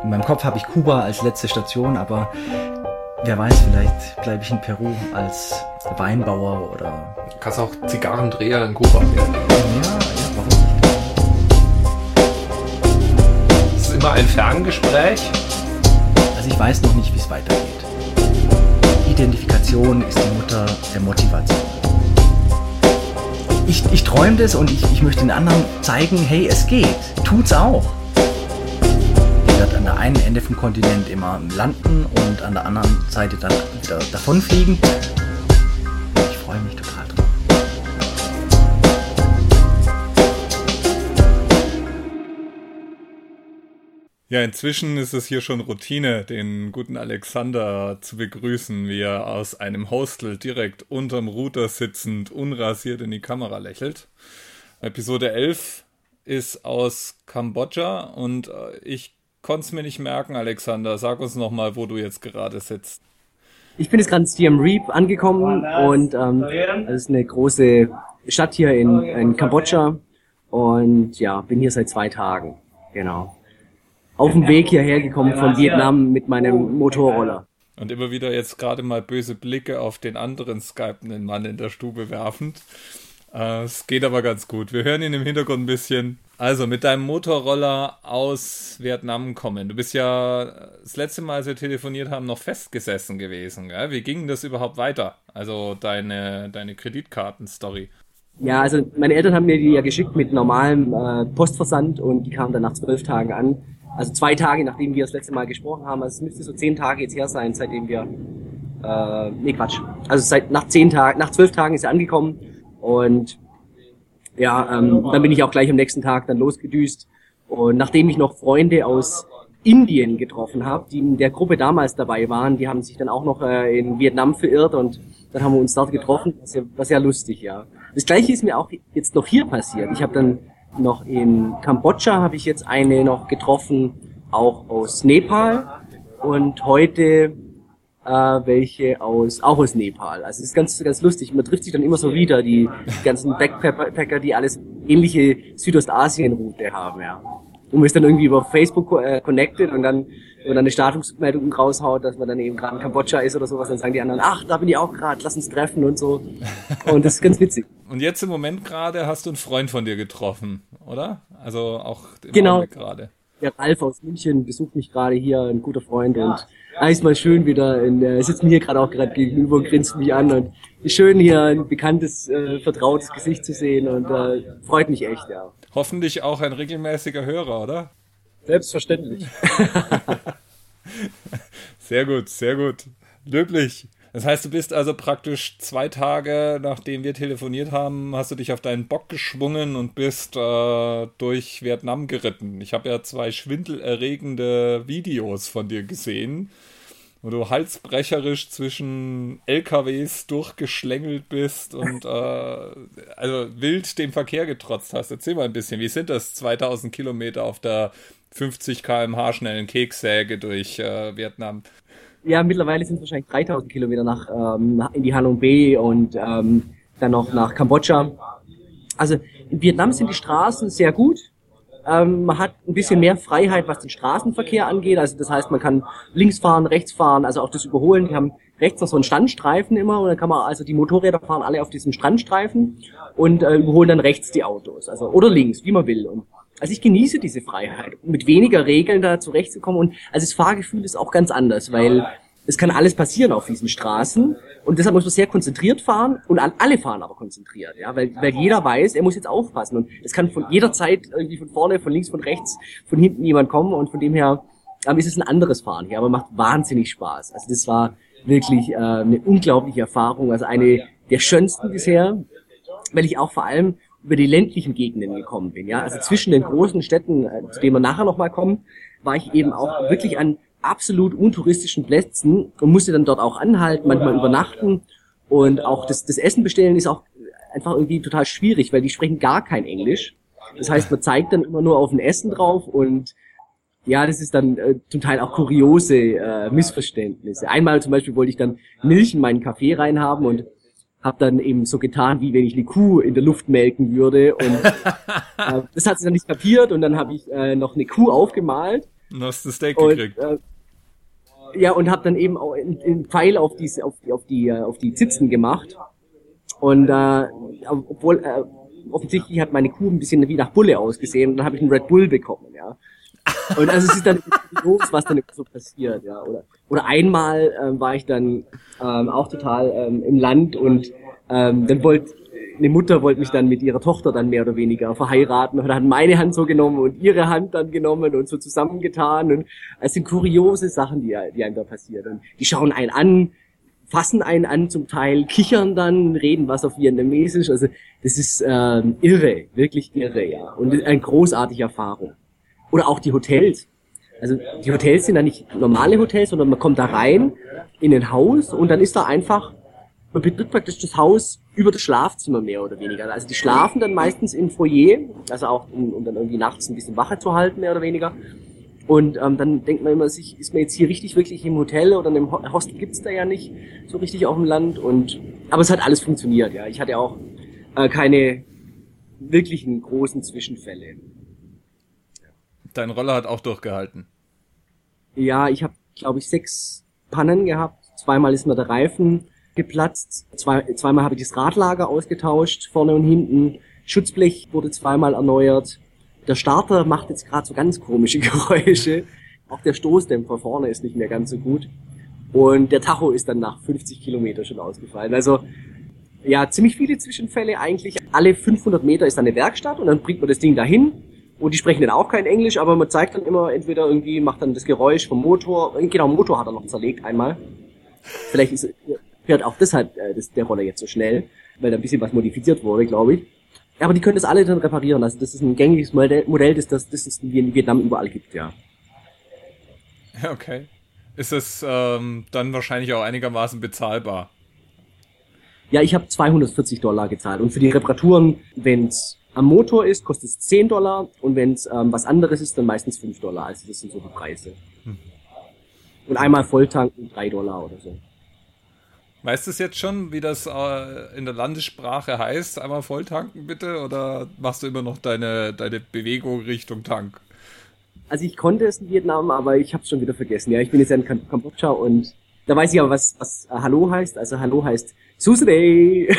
In meinem Kopf habe ich Kuba als letzte Station, aber wer weiß, vielleicht bleibe ich in Peru als Weinbauer oder... Du kannst auch Zigarrendreher in Kuba werden. Ja, warum nicht? Das ist immer ein Ferngespräch. Also ich weiß noch nicht, wie es weitergeht. Identifikation ist die Mutter der Motivation. Ich träume das und ich möchte den anderen zeigen, hey, es geht. Tut's auch. Ich werde an der einen Ende vom Kontinent immer landen und an der anderen Seite dann wieder davonfliegen. Ich freue mich total drauf. Ja, inzwischen ist es hier schon Routine, den guten Alexander zu begrüßen, wie er aus einem Hostel direkt unterm Router sitzend, unrasiert in die Kamera lächelt. Episode 11 ist aus Kambodscha und ich konnte es mir nicht merken, Alexander. Sag uns nochmal, wo du jetzt gerade sitzt. Ich bin jetzt gerade in Siem Reap angekommen und das ist eine große Stadt hier in Kambodscha und ja, bin hier seit 2 Tagen, genau. Auf dem Weg hierher gekommen von Vietnam mit meinem Motorroller. Und immer wieder jetzt gerade mal böse Blicke auf den anderen skypenden Mann in der Stube werfend. Es geht aber ganz gut. Wir hören ihn im Hintergrund ein bisschen. Also mit deinem Motorroller aus Vietnam kommen. Du bist ja das letzte Mal, als wir telefoniert haben, noch festgesessen gewesen. Gell? Wie ging das überhaupt weiter? Also deine Kreditkartenstory. Ja, also meine Eltern haben mir die ja geschickt mit normalem Postversand und die kamen dann nach 12 Tagen an. Also 2 Tage, nachdem wir das letzte Mal gesprochen haben. Also es müsste so 10 Tage jetzt her sein, seitdem wir... Also nach 12 Tagen ist er angekommen. Und ja, dann bin ich auch gleich am nächsten Tag dann losgedüst. Und nachdem ich noch Freunde aus Indien getroffen habe, die in der Gruppe damals dabei waren, die haben sich dann auch noch in Vietnam verirrt und dann haben wir uns dort getroffen. Das war sehr lustig, ja. Das Gleiche ist mir auch jetzt noch hier passiert. Ich habe dann noch in Kambodscha habe ich jetzt eine noch getroffen, auch aus Nepal und heute welche auch aus Nepal. Also es ist ganz, ganz lustig. Man trifft sich dann immer so wieder, die ganzen Backpacker, die alles ähnliche Südostasien-Route haben, ja. Und man ist dann irgendwie über Facebook connected und dann, wenn man dann eine Statusmeldung raushaut, dass man dann eben gerade in Kambodscha ist oder sowas, dann sagen die anderen, ach, da bin ich auch gerade, lass uns treffen und so. Und das ist ganz witzig. Und jetzt im Moment gerade hast du einen Freund von dir getroffen, oder? Also auch im Genau. Augenblick gerade. Der Ralf aus München besucht mich gerade hier, ein guter Freund und ist mal schön wieder, sitzt mir hier gerade gegenüber und grinst mich an und ist schön hier ein bekanntes, vertrautes Gesicht zu sehen und freut mich echt, ja. Hoffentlich auch ein regelmäßiger Hörer, oder? Selbstverständlich. Sehr gut, sehr gut. Löblich. Das heißt, du bist also praktisch 2 Tage, nachdem wir telefoniert haben, hast du dich auf deinen Bock geschwungen und bist durch Vietnam geritten. Ich habe ja 2 schwindelerregende Videos von dir gesehen, wo du halsbrecherisch zwischen LKWs durchgeschlängelt bist und also wild dem Verkehr getrotzt hast. Erzähl mal ein bisschen, wie sind das 2000 Kilometer auf der 50 km/h schnellen Kekssäge durch Vietnam? Ja, mittlerweile sind es wahrscheinlich 3000 Kilometer in die Halong Bay und dann noch nach Kambodscha. Also in Vietnam sind die Straßen sehr gut. Man hat ein bisschen mehr Freiheit, was den Straßenverkehr angeht. Also das heißt, man kann links fahren, rechts fahren, also auch das Überholen. Die haben rechts noch so einen Standstreifen immer und dann kann man, also die Motorräder fahren alle auf diesem Standstreifen und überholen dann rechts die Autos. Also oder links, wie man will. Und also ich genieße diese Freiheit, mit weniger Regeln da zurechtzukommen und also das Fahrgefühl ist auch ganz anders, weil es kann alles passieren auf diesen Straßen und deshalb muss man sehr konzentriert fahren und alle fahren aber konzentriert, ja, weil jeder weiß, er muss jetzt aufpassen und es kann von jeder Zeit irgendwie von vorne, von links, von rechts, von hinten jemand kommen und von dem her ist es ein anderes Fahren hier, aber macht wahnsinnig Spaß. Also das war wirklich eine unglaubliche Erfahrung, also eine der schönsten bisher, weil ich auch vor allem über die ländlichen Gegenden gekommen bin, ja, also zwischen den großen Städten, zu denen wir nachher nochmal kommen, war ich eben auch wirklich an absolut untouristischen Plätzen und musste dann dort auch anhalten, manchmal übernachten und auch das Essen bestellen ist auch einfach irgendwie total schwierig, weil die sprechen gar kein Englisch. Das heißt, man zeigt dann immer nur auf ein Essen drauf und ja, das ist dann zum Teil auch kuriose Missverständnisse. Einmal zum Beispiel wollte ich dann Milch in meinen Kaffee reinhaben und habe dann eben so getan, wie wenn ich eine Kuh in der Luft melken würde und das hat sie dann nicht kapiert und dann habe ich noch eine Kuh aufgemalt Und hast ein Steak Und, gekriegt. ja, und habe dann eben auch einen Pfeil auf die Zitzen gemacht. Und obwohl offensichtlich hat meine Kuh ein bisschen wie nach Bulle ausgesehen und dann habe ich einen Red Bull bekommen, ja. Und also es ist dann los, was dann so passiert, ja. Oder einmal war ich dann auch total im Land und dann eine Mutter wollte mich dann mit ihrer Tochter dann mehr oder weniger verheiraten und hat meine Hand so genommen und ihre Hand dann genommen und so zusammengetan und es sind kuriose Sachen, die einem da passieren. Und die schauen einen an, fassen einen an zum Teil, kichern dann, reden was auf Vietnamesisch. Also das ist irre, wirklich irre, ja. Und eine großartige Erfahrung. Oder auch die Hotels. Also die Hotels sind dann nicht normale Hotels, sondern man kommt da rein in ein Haus und dann ist da einfach, man betritt praktisch das Haus über das Schlafzimmer mehr oder weniger. Also die schlafen dann meistens im Foyer, also auch um dann irgendwie nachts ein bisschen Wache zu halten, mehr oder weniger. Und dann denkt man immer sich, ist man jetzt hier richtig wirklich im Hotel oder in einem Hostel gibt's da ja nicht so richtig auf dem Land. Aber es hat alles funktioniert, ja. Ich hatte auch keine wirklichen großen Zwischenfälle. Dein Roller hat auch durchgehalten. Ja, ich habe, glaube ich, 6 Pannen gehabt. Zweimal ist mir der Reifen geplatzt. Zweimal habe ich das Radlager ausgetauscht, vorne und hinten. Schutzblech wurde zweimal erneuert. Der Starter macht jetzt gerade so ganz komische Geräusche. Auch der Stoßdämpfer vorne ist nicht mehr ganz so gut. Und der Tacho ist dann nach 50 Kilometer schon ausgefallen. Also ja, ziemlich viele Zwischenfälle eigentlich. Alle 500 Meter ist dann eine Werkstatt und dann bringt man das Ding dahin. Und die sprechen dann auch kein Englisch, aber man zeigt dann immer entweder irgendwie, macht dann das Geräusch vom Motor. Genau, Motor hat er noch zerlegt einmal. Vielleicht fährt auch deshalb der Roller jetzt so schnell, weil da ein bisschen was modifiziert wurde, glaube ich. Aber die können das alle dann reparieren. Also das ist ein gängiges Modell, das es in Vietnam überall gibt, ja. Okay. Ist es dann wahrscheinlich auch einigermaßen bezahlbar? Ja, ich habe $240 gezahlt. Und für die Reparaturen, wenn's am Motor ist, kostet es $10 und wenn's was anderes ist, dann meistens $5. Also das sind so die Preise. Und einmal Volltanken $3 oder so. Weißt du es jetzt schon, wie das in der Landessprache heißt? Einmal volltanken bitte? Oder machst du immer noch deine Bewegung Richtung Tank? Also ich konnte es in Vietnam, aber ich habe es schon wieder vergessen. Ja, ich bin jetzt ja in Kambodscha und da weiß ich aber, was Hallo heißt. Also Hallo heißt Susede.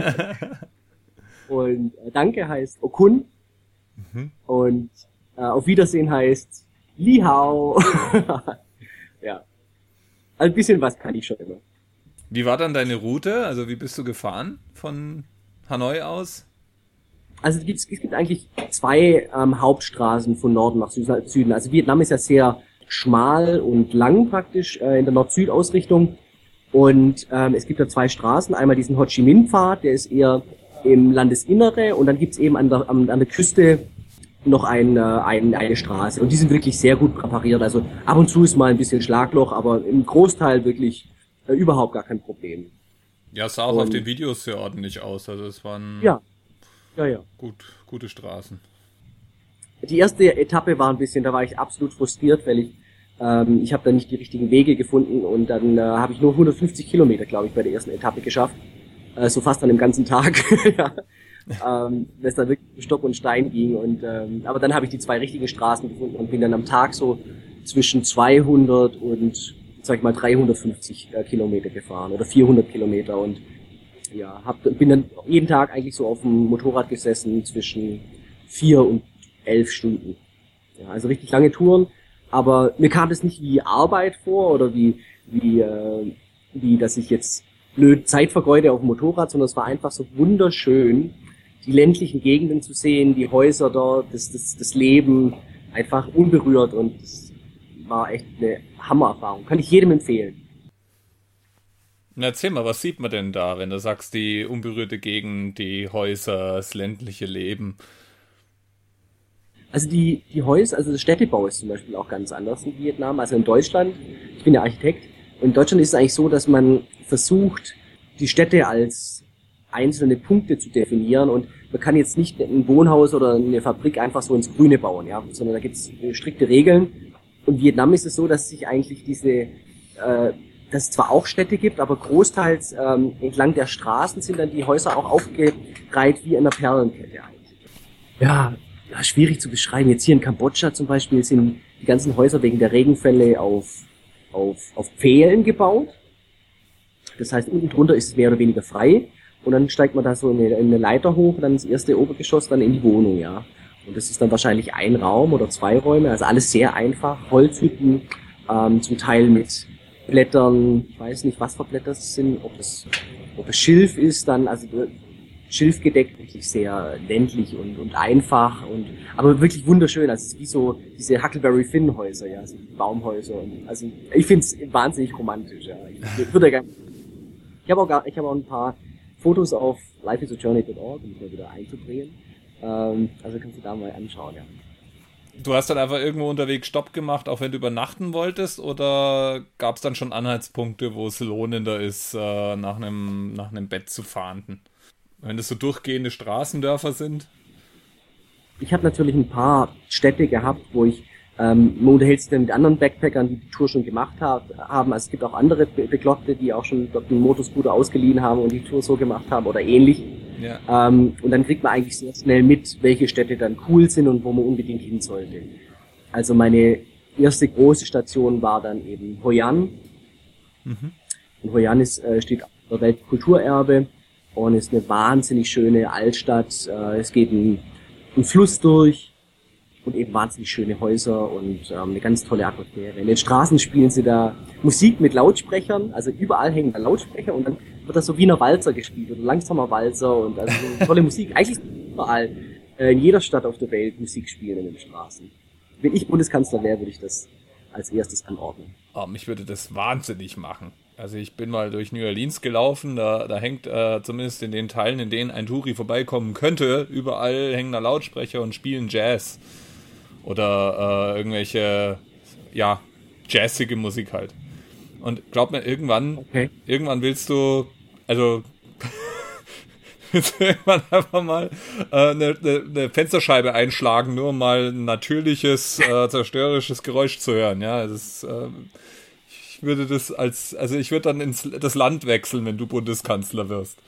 Und Danke heißt Okun. Und auf Wiedersehen heißt Li Hao. Ja. Also ein bisschen was kann ich schon immer. Wie war dann deine Route? Also wie bist du gefahren von Hanoi aus? Also es gibt eigentlich 2 Hauptstraßen von Norden nach Süden. Also Vietnam ist ja sehr schmal und lang praktisch in der Nord-Süd-Ausrichtung. Und es gibt da 2 Straßen. Einmal diesen Ho Chi Minh-Pfad, der ist eher im Landesinnere. Und dann gibt's eben an der Küste noch eine Straße. Und die sind wirklich sehr gut präpariert. Also ab und zu ist mal ein bisschen Schlagloch, aber im Großteil wirklich überhaupt gar kein Problem. Ja, es sah auch auf den Videos sehr ordentlich aus. Also es waren ja. gute Straßen. Die erste Etappe war ein bisschen, da war ich absolut frustriert, weil ich habe da nicht die richtigen Wege gefunden und dann habe ich nur 150 Kilometer, glaube ich, bei der ersten Etappe geschafft. So fast an dem ganzen Tag. Ja. Dass da wirklich Stock und Stein ging. Aber dann habe ich die 2 richtigen Straßen gefunden und bin dann am Tag so zwischen 200 und, sag ich mal, 350 Kilometer gefahren oder 400 Kilometer und ja, bin dann jeden Tag eigentlich so auf dem Motorrad gesessen zwischen 4 und 11 Stunden. Ja, also richtig lange Touren, aber mir kam das nicht wie Arbeit vor oder wie dass ich jetzt blöd Zeit vergeude auf dem Motorrad, sondern es war einfach so wunderschön, die ländlichen Gegenden zu sehen, die Häuser dort, das Leben, einfach unberührt und das war echt eine Hammererfahrung. Kann ich jedem empfehlen. Na, erzähl mal, was sieht man denn da, wenn du sagst, die unberührte Gegend, die Häuser, das ländliche Leben? Also die Häuser, also der Städtebau ist zum Beispiel auch ganz anders in Vietnam. Also in Deutschland, ich bin ja Architekt, und in Deutschland ist es eigentlich so, dass man versucht, die Städte als einzelne Punkte zu definieren und man kann jetzt nicht ein Wohnhaus oder eine Fabrik einfach so ins Grüne bauen, ja, sondern da gibt es strikte Regeln. Und Vietnam ist es so, dass sich eigentlich dass es zwar auch Städte gibt, aber großteils entlang der Straßen sind dann die Häuser auch aufgereiht wie in einer Perlenkette eigentlich. Ja, ja, schwierig zu beschreiben. Jetzt hier in Kambodscha zum Beispiel sind die ganzen Häuser wegen der Regenfälle auf Pfählen gebaut. Das heißt, unten drunter ist es mehr oder weniger frei. Und dann steigt man da so in eine Leiter hoch, dann ins erste Obergeschoss, dann in die Wohnung, ja. Und das ist dann wahrscheinlich ein Raum oder 2 Räume, also alles sehr einfach. Holzhütten, zum Teil mit Blättern, ich weiß nicht, was für Blätter es sind, ob es Schilf ist, dann, also schilfgedeckt, wirklich sehr ländlich und einfach aber wirklich wunderschön. Also es ist wie so diese Huckleberry Finn Häuser, ja, so Baumhäuser. Und also ich finde es wahnsinnig romantisch, ja. Ich habe auch ein paar Fotos auf lifeisajourney.org, um mal wieder einzudrehen. Also kannst du da mal anschauen, ja. Du hast dann einfach irgendwo unterwegs Stopp gemacht, auch wenn du übernachten wolltest, oder gab es dann schon Anhaltspunkte, wo es lohnender ist, nach einem Bett zu fahnden? Wenn das so durchgehende Straßendörfer sind? Ich habe natürlich ein paar Städte gehabt, wo ich man unterhält sich dann mit anderen Backpackern, die Tour schon gemacht haben. Also es gibt auch andere Bekloppte, die auch schon dort einen Motorscooter ausgeliehen haben und die Tour so gemacht haben oder ähnlich. Ja. Und dann kriegt man eigentlich sehr schnell mit, welche Städte dann cool sind und wo man unbedingt hin sollte. Also meine erste große Station war dann eben Hoi An. Mhm. Und Hoi An steht auf der Weltkulturerbe und ist eine wahnsinnig schöne Altstadt. Es geht ein Fluss durch. Und eben wahnsinnig schöne Häuser und eine ganz tolle Atmosphäre. In den Straßen spielen sie da Musik mit Lautsprechern, also überall hängen da Lautsprecher und dann wird das so Wiener Walzer gespielt oder langsamer Walzer und also so tolle Musik. Eigentlich überall, in jeder Stadt auf der Welt Musik spielen in den Straßen. Wenn ich Bundeskanzler wäre, würde ich das als erstes anordnen. Oh, mich würde das wahnsinnig machen. Also ich bin mal durch New Orleans gelaufen, da hängt zumindest in den Teilen, in denen ein Touri vorbeikommen könnte, überall hängen da Lautsprecher und spielen Jazz. Oder irgendwelche, ja, jazzige Musik halt. Und glaub mir, irgendwann willst du, also irgendwann einfach mal eine Fensterscheibe einschlagen, nur um mal ein natürliches, zerstörerisches Geräusch zu hören. Ja, das ist, ich würde ich würde dann das Land wechseln, wenn du Bundeskanzler wirst.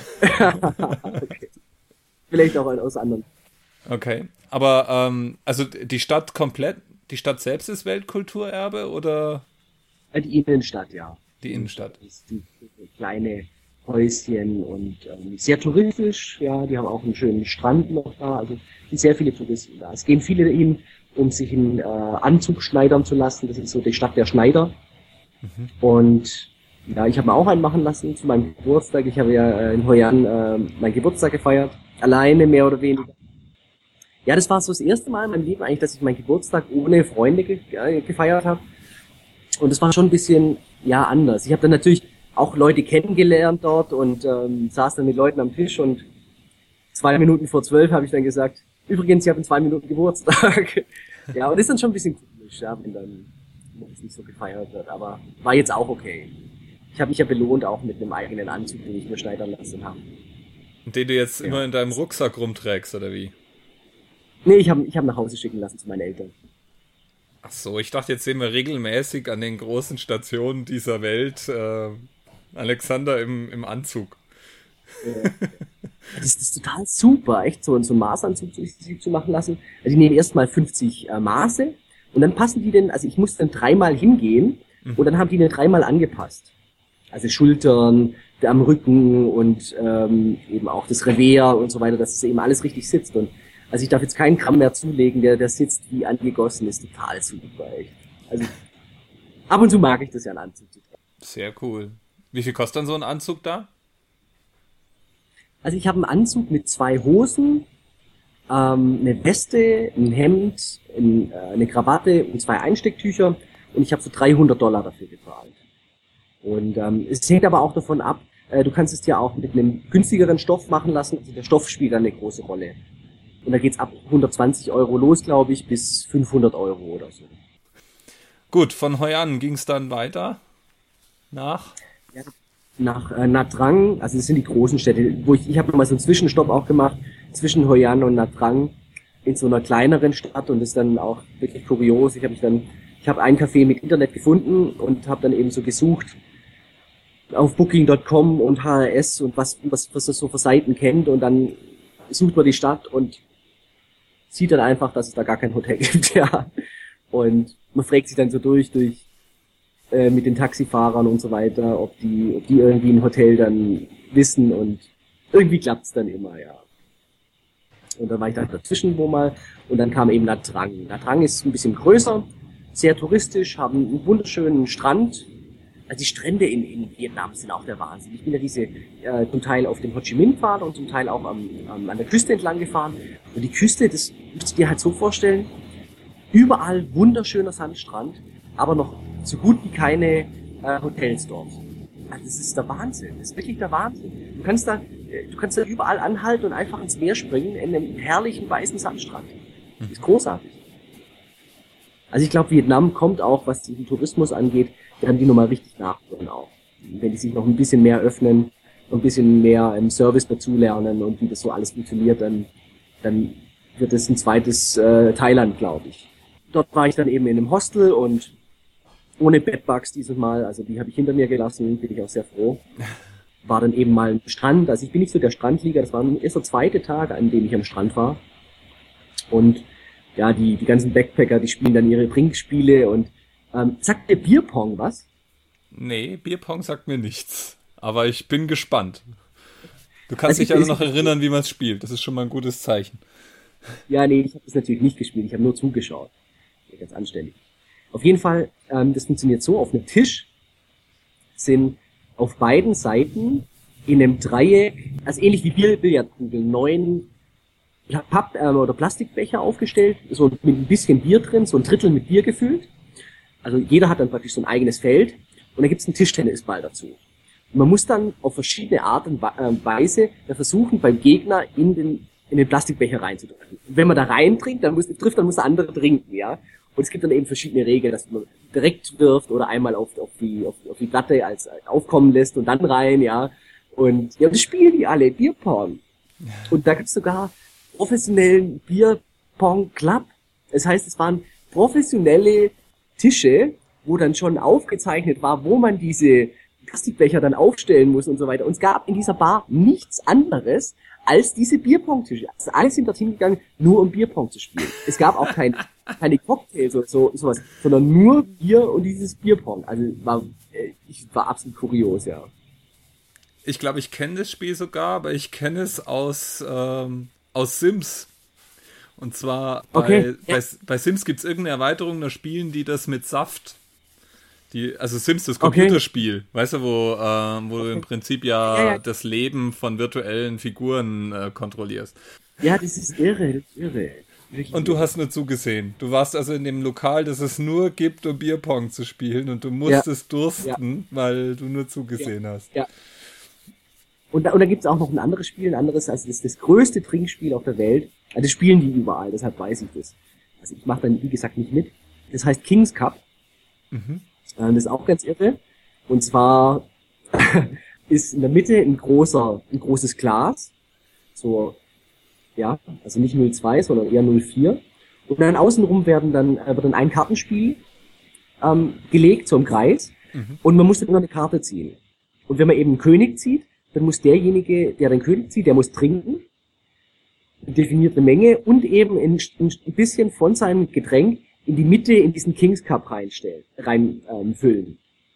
Okay. Vielleicht auch aus anderen. Okay, aber also die Stadt selbst ist Weltkulturerbe oder? Die Innenstadt, ja. Die Innenstadt. Die kleine Häuschen und sehr touristisch, ja, die haben auch einen schönen Strand noch da, also sind sehr viele Touristen da. Es gehen viele hin, um sich einen Anzug schneidern zu lassen, das ist so die Stadt der Schneider. Mhm. Und ja, ich habe mir auch einen machen lassen zu meinem Geburtstag. Ich habe ja in Hoi An meinen Geburtstag gefeiert, alleine mehr oder weniger. Ja, das war so das erste Mal in meinem Leben eigentlich, dass ich meinen Geburtstag ohne Freunde gefeiert habe. Und das war schon ein bisschen, ja, anders. Ich habe dann natürlich auch Leute kennengelernt dort und saß dann mit Leuten am Tisch und 2 Minuten vor 12 habe ich dann gesagt, übrigens, ich habe in 2 Minuten Geburtstag. Ja, und das ist dann schon ein bisschen komisch, ja, wenn es nicht so gefeiert wird. Aber war jetzt auch okay. Ich habe mich ja belohnt auch mit einem eigenen Anzug, den ich mir schneidern lassen habe. Und den du jetzt immer in deinem Rucksack rumträgst, oder wie? Nee, ich hab nach Hause schicken lassen zu meinen Eltern. Ach so, ich dachte, jetzt sehen wir regelmäßig an den großen Stationen dieser Welt Alexander im Anzug. Ja. Das ist total super, echt, so einen Maßanzug zu machen lassen. Also die nehmen erstmal 50 Maße und dann passen die also ich muss dann 3-mal hingehen und dann haben die den 3-mal angepasst. Also Schultern, am Rücken und eben auch das Revers und so weiter, dass es eben alles richtig sitzt. Und also ich darf jetzt keinen Gramm mehr zulegen, der sitzt wie angegossen, ist total super, echt. Also ab und zu mag ich das ja, einen Anzug zu tragen. Sehr cool. Wie viel kostet dann so ein Anzug da? Also ich habe einen Anzug mit 2 Hosen, eine Weste, ein Hemd, eine Krawatte und 2 Einstecktücher und ich habe so $300 dafür gezahlt. Und es hängt aber auch davon ab, du kannst es ja auch mit einem günstigeren Stoff machen lassen, also der Stoff spielt dann eine große Rolle. Und da geht's ab 120 € los, glaube ich, bis 500 € oder so. Gut, von Hoi An ging's dann weiter nach? Ja, nach Nha Trang, also das sind die großen Städte, wo ich habe nochmal so einen Zwischenstopp auch gemacht, zwischen Hoi An und Nha Trang, in so einer kleineren Stadt und das ist dann auch wirklich kurios. Ich habe ein Café mit Internet gefunden und habe dann eben so gesucht auf Booking.com und HRS und was das so für Seiten kennt und dann sucht man die Stadt und sieht dann einfach, dass es da gar kein Hotel gibt, ja. Und man fragt sich dann so durch mit den Taxifahrern und so weiter, ob die irgendwie ein Hotel dann wissen, und irgendwie klappt's dann immer, ja. Und dann war ich da dazwischen wo mal, und dann kam eben Nha Trang. Nha Trang ist ein bisschen größer, sehr touristisch, haben einen wunderschönen Strand. Also die Strände in Vietnam sind auch der Wahnsinn. Ich bin ja zum Teil auf dem Ho Chi Minh Pfad und zum Teil auch an der Küste entlang gefahren. Und die Küste, das musst du dir halt so vorstellen, überall wunderschöner Sandstrand, aber noch so gut wie keine Hotels dort. Also das ist der Wahnsinn, das ist wirklich der Wahnsinn. Du kannst da überall anhalten und einfach ins Meer springen in einem herrlichen weißen Sandstrand. Das ist großartig. Also ich glaube, Vietnam kommt auch, was den Tourismus angeht, werden die nochmal richtig nachholen auch. Wenn die sich noch ein bisschen mehr öffnen, und ein bisschen mehr im Service dazulernen und wie das so alles funktioniert, dann wird es ein zweites Thailand, glaube ich. Dort war ich dann eben in einem Hostel und ohne Bedbugs dieses Mal, also die habe ich hinter mir gelassen, bin ich auch sehr froh. War dann eben mal am Strand, also ich bin nicht so der Strandlieger, das war erst der zweite Tag, an dem ich am Strand war. Und ja, die ganzen Backpacker, die spielen dann ihre Trinkspiele und sagt der Bierpong was? Nee, Bierpong sagt mir nichts. Aber ich bin gespannt. Du kannst dich also noch erinnern, wie man es spielt. Das ist schon mal ein gutes Zeichen. Ja, nee, ich habe das natürlich nicht gespielt. Ich habe nur zugeschaut. Ganz anständig. Auf jeden Fall, das funktioniert so, auf einem Tisch sind auf beiden Seiten in einem Dreieck, also ähnlich wie Billardkugeln, 9 Papp- oder Plastikbecher aufgestellt, so mit ein bisschen Bier drin, so ein Drittel mit Bier gefüllt. Also jeder hat dann praktisch so ein eigenes Feld und dann gibt's einen Tischtennisball dazu. Und man muss dann auf verschiedene Art und Weise versuchen, beim Gegner in den Plastikbecher reinzudrücken. Und wenn man da reintrinkt, dann muss der andere trinken, ja. Und es gibt dann eben verschiedene Regeln, dass man direkt wirft oder einmal auf die Platte als aufkommen lässt und dann rein, ja. Und ja, das spielen die alle, Bierpong. Und da gibt's sogar professionellen Bierpong-Club. Das heißt, es waren professionelle Tische, wo dann schon aufgezeichnet war, wo man diese Plastikbecher dann aufstellen muss und so weiter. Und es gab in dieser Bar nichts anderes als diese Bierpong-Tische. Also alle sind dorthin gegangen, nur um Bierpong zu spielen. Es gab auch keine Cocktails oder sowas, sondern nur Bier und dieses Bierpong. Also war absolut kurios, ja. Ich glaube, ich kenne das Spiel sogar, aber ich kenne es aus Sims. Und zwar bei Sims gibt es irgendeine Erweiterung, da spielen die das mit Saft. Also Sims, das Computerspiel, weißt du, wo du im Prinzip das Leben von virtuellen Figuren kontrollierst. Ja, das ist irre. Wirklich. Und du hast nur zugesehen. Du warst also in dem Lokal, das es nur gibt, um Bierpong zu spielen, und du musstest dursten, weil du nur zugesehen hast. Ja. Und da gibt's auch noch ein anderes Spiel, also das ist das größte Trinkspiel auf der Welt. Also das spielen die überall, deshalb weiß ich das. Also ich mache dann, wie gesagt, nicht mit. Das heißt King's Cup. Mhm. Das ist auch ganz irre. Und zwar ist in der Mitte ein großes Glas. So, ja, also nicht 0,2, sondern eher 0,4. Und dann außenrum wird dann ein Kartenspiel gelegt, so im Kreis. Mhm. Und man muss dann immer eine Karte ziehen. Und wenn man eben einen König zieht, dann muss derjenige, der den König zieht, der muss trinken, eine definierte Menge und eben ein bisschen von seinem Getränk in die Mitte in diesen King's Cup reinfüllen.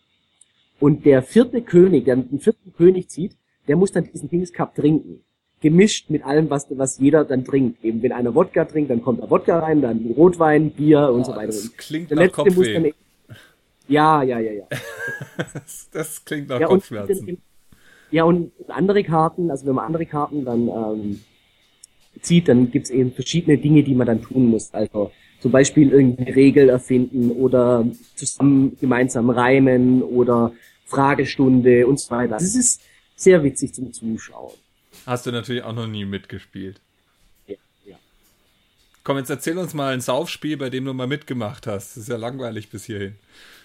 Und der vierte König, der den vierten König zieht, der muss dann diesen King's Cup trinken. Gemischt mit allem, was jeder dann trinkt. Eben wenn einer Wodka trinkt, dann kommt da Wodka rein, dann Rotwein, Bier und so weiter. Das klingt nach Kopfweh. Ja. Das klingt nach Kopfschmerzen. Und andere Karten, also wenn man andere Karten dann zieht, dann gibt's eben verschiedene Dinge, die man dann tun muss. Also zum Beispiel irgendeine Regel erfinden oder gemeinsam reimen oder Fragestunde und so weiter. Das ist sehr witzig zum Zuschauen. Hast du natürlich auch noch nie mitgespielt. Ja. Komm, jetzt erzähl uns mal ein Saufspiel, bei dem du mal mitgemacht hast. Das ist ja langweilig bis hierhin.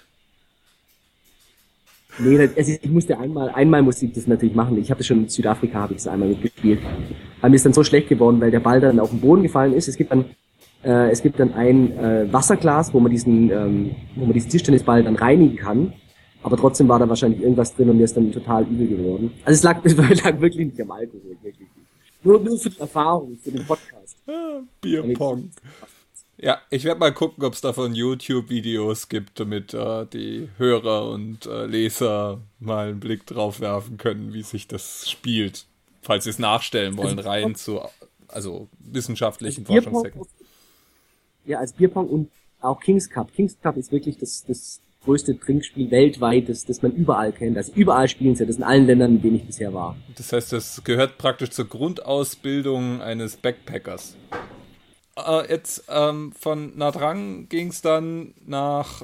Nee, also ich musste einmal musste ich das natürlich machen. Ich habe das schon in Südafrika, habe ich das einmal mitgespielt. Aber mir ist dann so schlecht geworden, weil der Ball dann auf den Boden gefallen ist. Es gibt dann ein Wasserglas, wo man diesen Tischtennisball dann reinigen kann. Aber trotzdem war da wahrscheinlich irgendwas drin und mir ist dann total übel geworden. Also es lag wirklich nicht am Alkohol, wirklich nicht. Nur für die Erfahrung, für den Podcast. Bierpong. Ja, ich werde mal gucken, ob es davon YouTube-Videos gibt, damit die Hörer und Leser mal einen Blick drauf werfen können, wie sich das spielt. Falls sie es nachstellen wollen, rein zu wissenschaftlichen Forschungszwecken. Ja, als Bierpong und auch Kings Cup. Kings Cup ist wirklich das größte Trinkspiel weltweit, das man überall kennt. Also überall spielen sie, das in allen Ländern, in denen ich bisher war. Das heißt, das gehört praktisch zur Grundausbildung eines Backpackers. Jetzt von Nha Trang ging es dann nach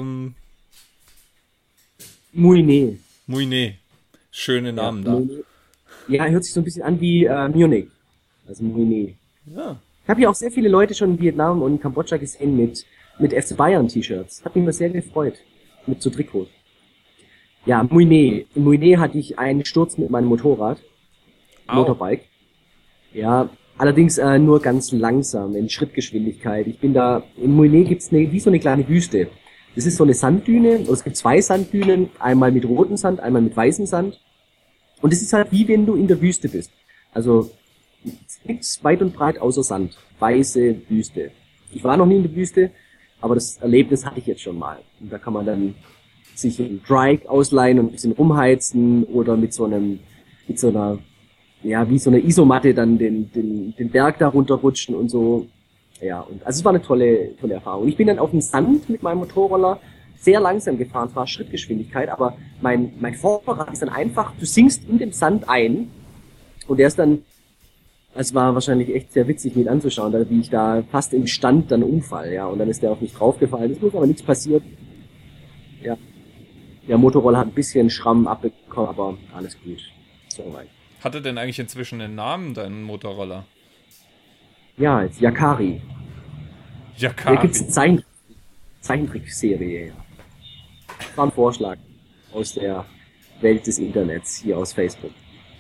Mui Ne. Mui Ne. Schöne Namen ja, da. Ja, hört sich so ein bisschen an wie Munich. Also Mui Ne. Ja. Ich habe ja auch sehr viele Leute schon in Vietnam und Kambodscha gesehen mit FC Bayern T-Shirts. Hat mich immer sehr gefreut. Mit so Trikots. Ja, Mui Ne. In Mui Ne hatte ich einen Sturz mit meinem Motorrad. Motorbike. Ja, allerdings nur ganz langsam, in Schrittgeschwindigkeit. Ich bin da, in Mui Ne gibt's wie so eine kleine Wüste. Das ist so eine Sanddüne, oder es gibt zwei Sanddünen, einmal mit rotem Sand, einmal mit weißem Sand. Und es ist halt wie wenn du in der Wüste bist. Also, nichts weit und breit außer Sand. Weiße Wüste. Ich war noch nie in der Wüste, aber das Erlebnis hatte ich jetzt schon mal. Und da kann man dann sich einen Trike ausleihen und ein bisschen rumheizen oder mit so einer, ja, wie so eine Isomatte dann den Berg da runterrutschen und so. Ja, und also es war eine tolle Erfahrung. Ich bin dann auf dem Sand mit meinem Motorroller sehr langsam gefahren, es war Schrittgeschwindigkeit, aber mein Vorderrad ist dann einfach, du sinkst in dem Sand ein und der ist dann, es war wahrscheinlich echt sehr witzig mit anzuschauen, wie ich da fast im Stand dann umfall, ja, und dann ist der auf mich draufgefallen. Es muss aber nichts passiert. Ja. Der Motorroller hat ein bisschen Schramm abbekommen, aber alles gut. Soweit. Hat er denn eigentlich inzwischen einen Namen, dein Motorroller? Ja, jetzt Yakari. Yakari. Hier gibt's Zeichentrickserie. Das war ein Vorschlag aus der Welt des Internets, hier aus Facebook.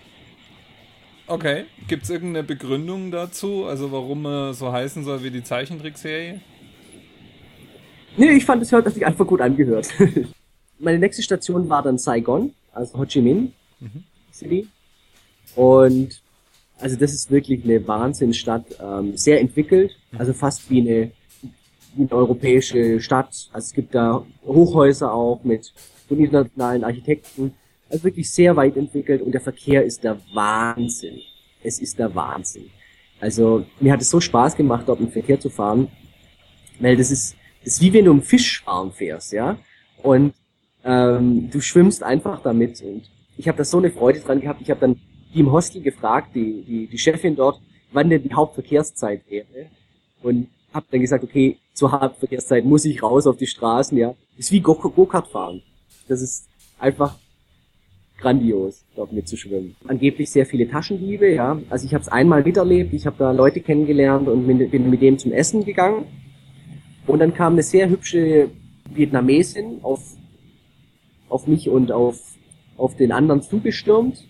Okay. Gibt's irgendeine Begründung dazu? Also warum er so heißen soll wie die Zeichentrickserie? Nee, ich fand, es hört sich einfach gut angehört. Meine nächste Station war dann Saigon, also Ho Chi Minh City. Und also das ist wirklich eine Wahnsinnsstadt, sehr entwickelt, also fast wie eine europäische Stadt. Also es gibt da Hochhäuser auch mit internationalen Architekten. Also wirklich sehr weit entwickelt und der Verkehr ist der Wahnsinn. Es ist der Wahnsinn. Also mir hat es so Spaß gemacht, dort im Verkehr zu fahren, weil das ist wie wenn du im Fischfarm fährst, ja. Und du schwimmst einfach damit und ich habe da so eine Freude dran gehabt. Ich habe dann die im Hostel gefragt, die Chefin dort, wann denn die Hauptverkehrszeit wäre. Und habe dann gesagt, okay, zur Hauptverkehrszeit muss ich raus auf die Straßen, ja. Das ist wie Go-Kart fahren. Das ist einfach grandios, dort mitzuschwimmen. Angeblich sehr viele Taschendiebe, ja. Also ich habe es einmal miterlebt, ich habe da Leute kennengelernt und bin mit dem zum Essen gegangen. Und dann kam eine sehr hübsche Vietnamesin auf mich und auf den anderen zugestürmt.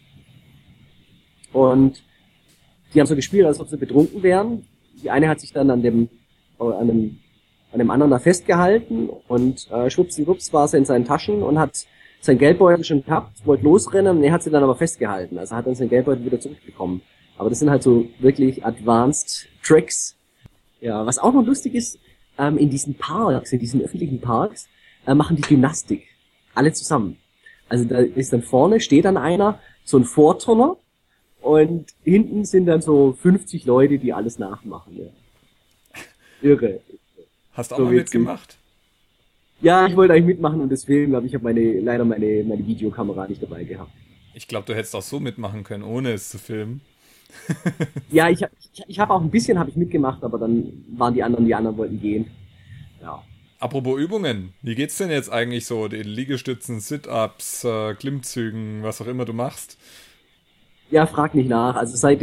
Und die haben so gespielt, als ob sie betrunken wären. Die eine hat sich dann an dem anderen da festgehalten und schwuppsiwupps war sie in seinen Taschen und hat sein Geldbeutel schon gehabt, wollte losrennen und er hat sie dann aber festgehalten. Also hat dann sein Geldbeutel wieder zurückbekommen. Aber das sind halt so wirklich advanced Tricks. Ja, was auch noch lustig ist, in diesen Parks, in diesen öffentlichen Parks, machen die Gymnastik. Alle zusammen. Also da ist dann vorne, steht dann einer, so ein Vorturner, und hinten sind dann so 50 Leute, die alles nachmachen. Ja. Irre. Hast du auch So mal witzig. mitgemacht? Ja, ich wollte eigentlich mitmachen und deswilm, aber ich habe leider meine Videokamera nicht dabei gehabt. Ich glaube, du hättest auch so mitmachen können, ohne es zu filmen. Ja, ich hab auch ein bisschen hab ich mitgemacht, aber dann waren die anderen wollten gehen. Ja. Apropos Übungen, wie geht's denn jetzt eigentlich so? Den Liegestützen, Sit-Ups, Klimmzügen, was auch immer du machst? Ja, frag nicht nach. Also seit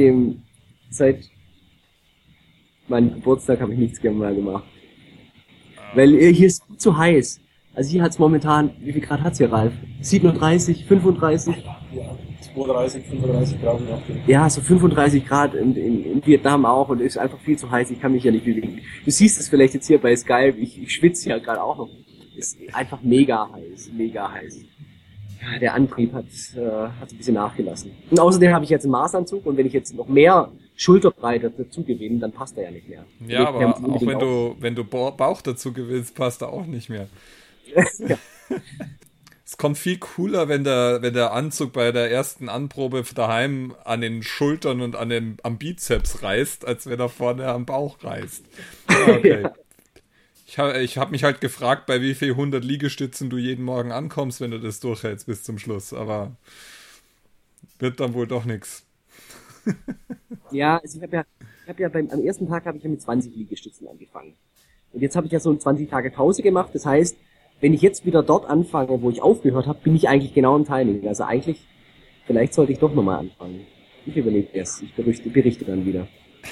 meinem Geburtstag habe ich nichts mehr gemacht. Weil hier ist zu heiß. Also hier hat's momentan, wie viel Grad hat's hier, Ralf? 37, 35? Ja, 32, 35 Grad. Ja, so 35 Grad in Vietnam auch und ist einfach viel zu heiß. Ich kann mich ja nicht bewegen. Du siehst es vielleicht jetzt hier bei Skype. Ich schwitze ja gerade auch noch. Ist einfach mega heiß, mega heiß. ja, der Antrieb hat ein bisschen nachgelassen. Und außerdem habe ich jetzt einen Maßanzug und wenn ich jetzt noch mehr Schulterbreite dazu gewinne, dann passt er ja nicht mehr. Ja, aber auch wenn du Bauch dazu gewinnst, passt er auch nicht mehr. Ja. Es kommt viel cooler, wenn der Anzug bei der ersten Anprobe daheim an den Schultern und am Bizeps reißt, als wenn er vorne am Bauch reißt. Okay. Ja. Ich hab mich halt gefragt, bei wie viel 100 Liegestützen du jeden Morgen ankommst, wenn du das durchhältst bis zum Schluss. Aber wird dann wohl doch nichts. Ja, also ich hab ja am ersten Tag habe ich ja mit 20 Liegestützen angefangen. Und jetzt habe ich ja so eine 20 Tage Pause gemacht. Das heißt, wenn ich jetzt wieder dort anfange, wo ich aufgehört habe, bin ich eigentlich genau im Timing. Also eigentlich, vielleicht sollte ich doch nochmal anfangen. Ich überlege das. Ich berichte dann wieder.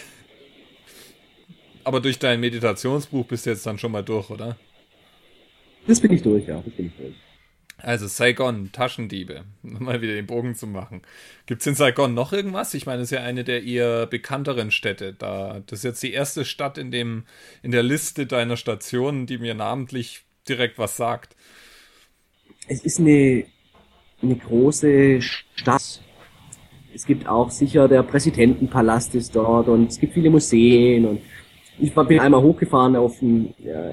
Aber durch dein Meditationsbuch bist du jetzt dann schon mal durch, oder? Das bin ich durch, ja. Das bin ich durch. Also Saigon, Taschendiebe. Mal wieder den Bogen zu machen. Gibt's in Saigon noch irgendwas? Ich meine, das ist ja eine der eher bekannteren Städte. Das ist jetzt die erste Stadt in der Liste deiner Stationen, die mir namentlich direkt was sagt. Es ist eine große Stadt. Es gibt auch sicher der Präsidentenpalast ist dort und es gibt viele Museen und ich bin einmal hochgefahren auf diesen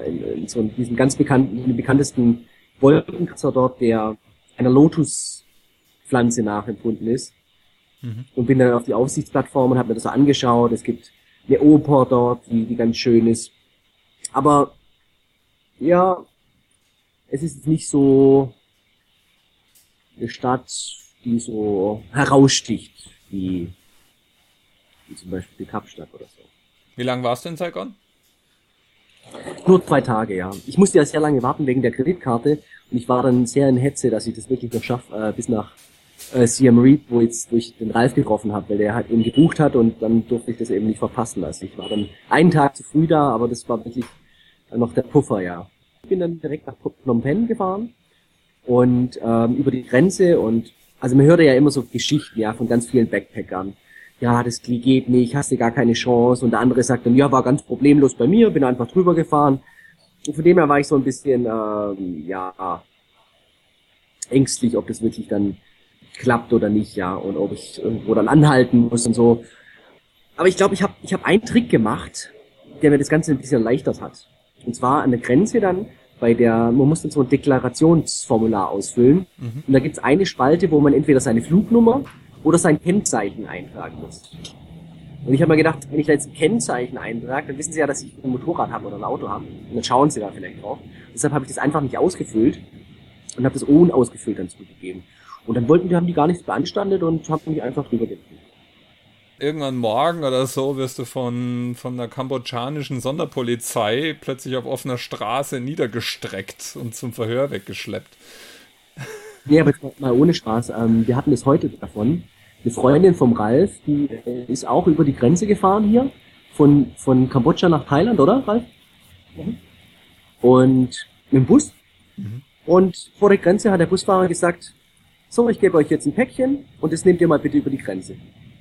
den bekanntesten Wolkenkratzer dort, der einer Lotuspflanze nachempfunden ist. Mhm. Und bin dann auf die Aussichtsplattform und habe mir das so angeschaut. Es gibt eine Oper dort, die ganz schön ist. Aber ja, es ist nicht so eine Stadt, die so heraussticht, wie zum Beispiel die Kapstadt oder so. Wie lange warst du in Saigon? Nur 2 Tage, ja. Ich musste ja sehr lange warten wegen der Kreditkarte und ich war dann sehr in Hetze, dass ich das wirklich noch schaffe, bis nach Siem Reap, wo ich den Ralf getroffen habe, weil der halt eben gebucht hat und dann durfte ich das eben nicht verpassen. Also ich war dann einen Tag zu früh da, aber das war wirklich noch der Puffer, ja. Ich bin dann direkt nach Phnom Penh gefahren und über die Grenze und also man hörte ja immer so Geschichten, ja, von ganz vielen Backpackern. Ja, das geht nicht, hast du gar keine Chance. Und der andere sagt dann, ja, war ganz problemlos bei mir, bin einfach drüber gefahren. Und von dem her war ich so ein bisschen, ängstlich, ob das wirklich dann klappt oder nicht, ja, und ob ich irgendwo dann anhalten muss und so. Aber ich glaube, ich hab einen Trick gemacht, der mir das Ganze ein bisschen erleichtert hat. Und zwar an der Grenze dann, man muss dann so ein Deklarationsformular ausfüllen. Mhm. Und da gibt's eine Spalte, wo man entweder seine Flugnummer oder sein Kennzeichen eintragen muss. Und ich habe mir gedacht, wenn ich da jetzt ein Kennzeichen eintrage, dann wissen sie ja, dass ich ein Motorrad habe oder ein Auto habe. Und dann schauen sie da vielleicht drauf. Deshalb habe ich das einfach nicht ausgefüllt und habe das unausgefüllt dann zurückgegeben. Und dann haben die gar nichts beanstandet und haben mich einfach drüber gegeben. Irgendwann morgen oder so wirst du von der kambodschanischen Sonderpolizei plötzlich auf offener Straße niedergestreckt und zum Verhör weggeschleppt. Nee, aber jetzt mal ohne Spaß. Wir hatten es heute davon. Eine Freundin vom Ralf, die ist auch über die Grenze gefahren hier. Von Kambodscha nach Thailand, oder, Ralf? Mhm. Und mit dem Bus. Mhm. Und vor der Grenze hat der Busfahrer gesagt, so, ich gebe euch jetzt ein Päckchen und das nehmt ihr mal bitte über die Grenze.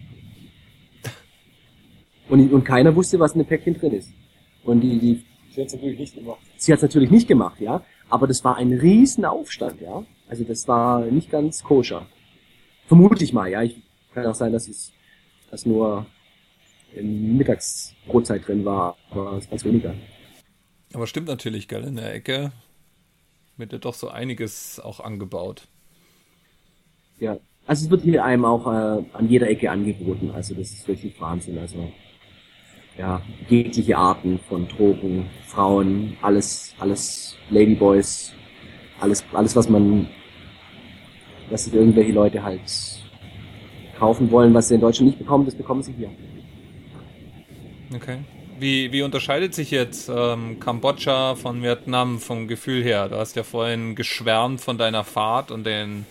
Und keiner wusste, was in dem Päckchen drin ist. Und sie hat es natürlich nicht gemacht. Sie hat es natürlich nicht gemacht, ja. Aber das war ein riesen Aufstand, ja. Also das war nicht ganz koscher. Vermute ich mal, ja. Kann auch sein, dass das nur in Mittagsbrotzeit drin war, aber es ist ganz weniger. Aber stimmt natürlich, gell, in der Ecke wird ja doch so einiges auch angebaut. Ja, also es wird hier einem auch an jeder Ecke angeboten, also das ist wirklich Wahnsinn, also ja, jegliche Arten von Drogen, Frauen, alles Ladyboys, alles was sich irgendwelche Leute halt kaufen wollen, was sie in Deutschland nicht bekommen, das bekommen sie hier. Okay. Wie unterscheidet sich jetzt Kambodscha von Vietnam vom Gefühl her? Du hast ja vorhin geschwärmt von deiner Fahrt und dem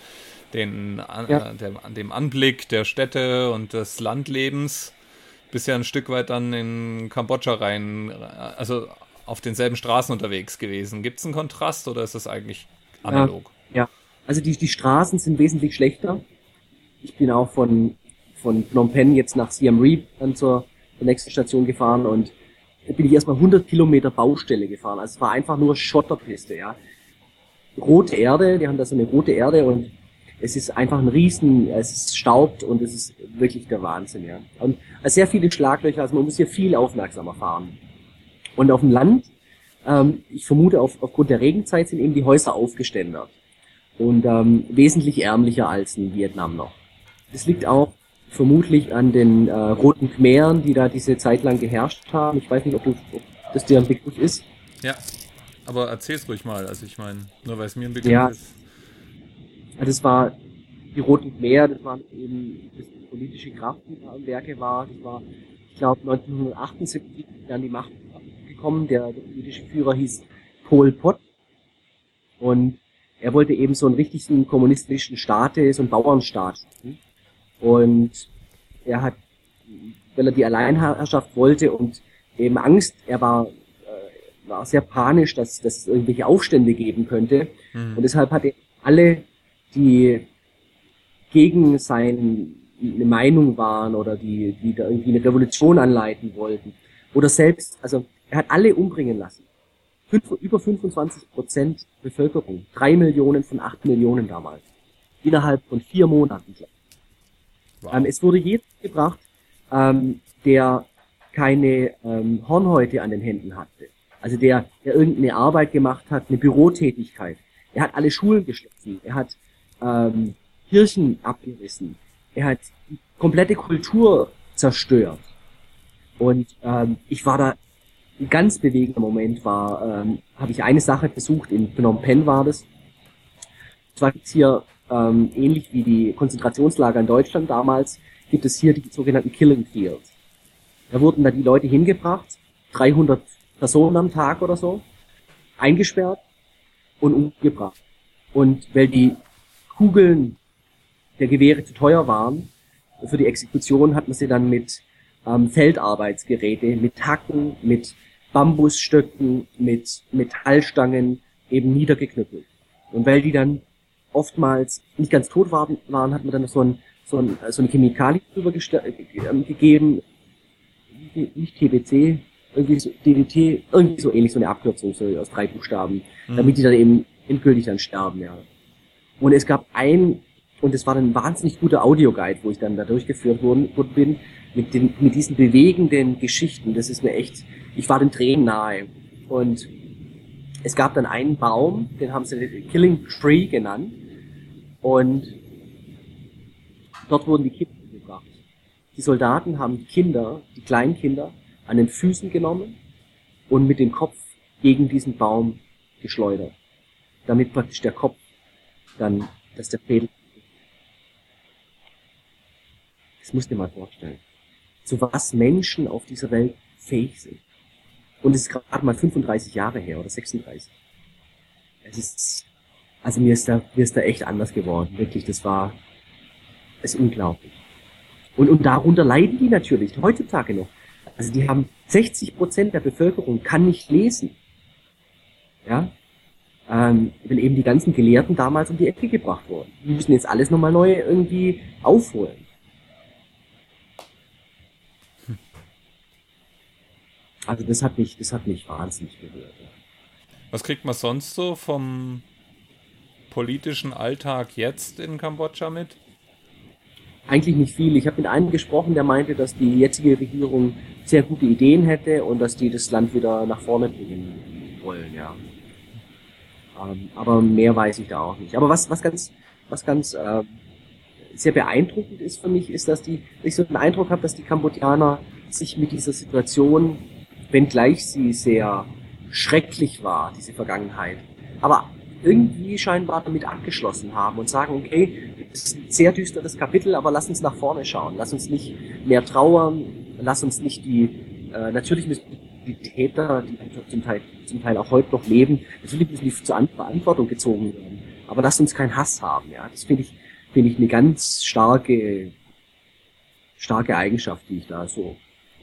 Anblick der Städte und des Landlebens. Bist ja ein Stück weit dann in Kambodscha rein, also auf denselben Straßen unterwegs gewesen. Gibt es einen Kontrast oder ist das eigentlich analog? Ja. Also die Straßen sind wesentlich schlechter. Ich bin auch von Phnom Penh jetzt nach Siem Reap dann zur nächsten Station gefahren und da bin ich erstmal 100 Kilometer Baustelle gefahren. Also es war einfach nur Schotterpiste, ja. Rote Erde, die haben da so eine rote Erde und es ist einfach ein Riesen, es staubt und es ist wirklich der Wahnsinn, ja. Und sehr viele Schlaglöcher, also man muss hier viel aufmerksamer fahren. Und auf dem Land, ich vermute aufgrund der Regenzeit, sind eben die Häuser aufgeständert und wesentlich ärmlicher als in Vietnam noch. Das liegt auch vermutlich an den Roten Khmeren, die da diese Zeit lang geherrscht haben. Ich weiß nicht, ob das dir ein Begriff ist. Ja, aber erzähl's ruhig mal. Also ich meine, nur weil es mir ein Begriff ist. Ja, das war die Roten Khmer, das war eben das politische Kraft, die da am Werke war. Das war, ich glaube, 1978 an die Macht gekommen. Der politische Führer hieß Pol Pot. Und er wollte eben so einen richtigen kommunistischen Staat, so einen Bauernstaat. Und er hat, weil er die Alleinherrschaft wollte und eben Angst, er war sehr panisch, dass es irgendwelche Aufstände geben könnte. Und deshalb hat er alle, die gegen seine Meinung waren oder die da irgendwie eine Revolution anleiten wollten oder selbst, also er hat alle umbringen lassen. Über 25% Bevölkerung, 3 Millionen von 8 Millionen damals, innerhalb von 4 Monaten. Wow. Es wurde jeder gebracht, der keine Hornhäute an den Händen hatte. Also der irgendeine Arbeit gemacht hat, eine Bürotätigkeit. Er hat alle Schulen geschlossen. Er hat Kirchen abgerissen. Er hat die komplette Kultur zerstört. Und ich war da, ein ganz bewegender Moment war, habe ich eine Sache besucht, in Phnom Penh war das. Zwar gibt's hier, ähnlich wie die Konzentrationslager in Deutschland damals, gibt es hier die sogenannten Killing Fields. Da wurden da die Leute hingebracht, 300 Personen am Tag oder so, eingesperrt und umgebracht. Und weil die Kugeln der Gewehre zu teuer waren, für die Exekution hat man sie dann mit Feldarbeitsgeräte, mit Hacken, mit Bambusstöcken, mit Metallstangen eben niedergeknüppelt. Und weil die dann oftmals nicht ganz tot waren, hat man dann so eine Chemikalie drüber gegeben, nicht TBC, irgendwie so DDT, irgendwie so ähnlich, so eine Abkürzung, so aus 3 Buchstaben, damit die dann eben endgültig dann sterben, ja. Und es gab und es war dann ein wahnsinnig guter Audioguide, wo ich dann da durchgeführt worden bin, mit diesen bewegenden Geschichten. Das ist mir echt, ich war den Tränen nahe. Und es gab dann einen Baum, den haben sie Killing Tree genannt. Und dort wurden die Kinder gebracht. Die Soldaten haben die kleinen Kinder, an den Füßen genommen und mit dem Kopf gegen diesen Baum geschleudert. Damit praktisch der Kopf dann, dass der Schädel. Das musst du dir mal vorstellen. Zu was Menschen auf dieser Welt fähig sind. Und es ist gerade mal 35 Jahre her oder 36. Also mir ist da echt anders geworden. Wirklich, das ist unglaublich. Und darunter leiden die natürlich heutzutage noch. Also die haben 60% der Bevölkerung kann nicht lesen. Ja? Weil eben die ganzen Gelehrten damals um die Ecke gebracht wurden. Die müssen jetzt alles nochmal neu irgendwie aufholen. Also das hat mich wahnsinnig berührt. Ja. Was kriegt man sonst so vom politischen Alltag jetzt in Kambodscha mit? Eigentlich nicht viel. Ich habe mit einem gesprochen, der meinte, dass die jetzige Regierung sehr gute Ideen hätte und dass die das Land wieder nach vorne bringen wollen, ja. Aber mehr weiß ich da auch nicht. Aber was ganz sehr beeindruckend ist für mich, ist, dass ich so den Eindruck habe, dass die Kambodjaner sich mit dieser Situation, wenngleich sie sehr schrecklich war, diese Vergangenheit, aber irgendwie scheinbar damit abgeschlossen haben und sagen, okay, das ist ein sehr düsteres Kapitel, aber lass uns nach vorne schauen. Lass uns nicht mehr trauern, lass uns nicht natürlich müssen die Täter, die zum Teil auch heute noch leben, natürlich müssen die zur Verantwortung gezogen werden. Aber lass uns keinen Hass haben, ja. Das finde ich eine ganz starke Eigenschaft, die ich da so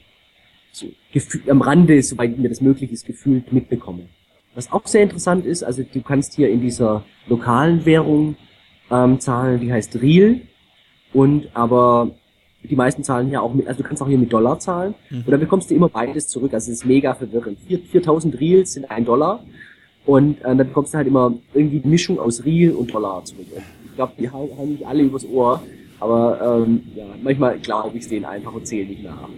am Rande, soweit mir das möglich ist, gefühlt mitbekomme. Was auch sehr interessant ist, also du kannst hier in dieser lokalen Währung zahlen, die heißt Riel, aber die meisten zahlen hier auch also du kannst auch hier mit Dollar zahlen, und dann bekommst du immer beides zurück, also es ist mega verwirrend. 4.000 Riels sind $1 und dann bekommst du halt immer irgendwie eine Mischung aus Riel und Dollar zurück. Und glaube, die hauen nicht alle übers Ohr. Aber ja, manchmal glaube ich es denen einfach und zähle nicht nach.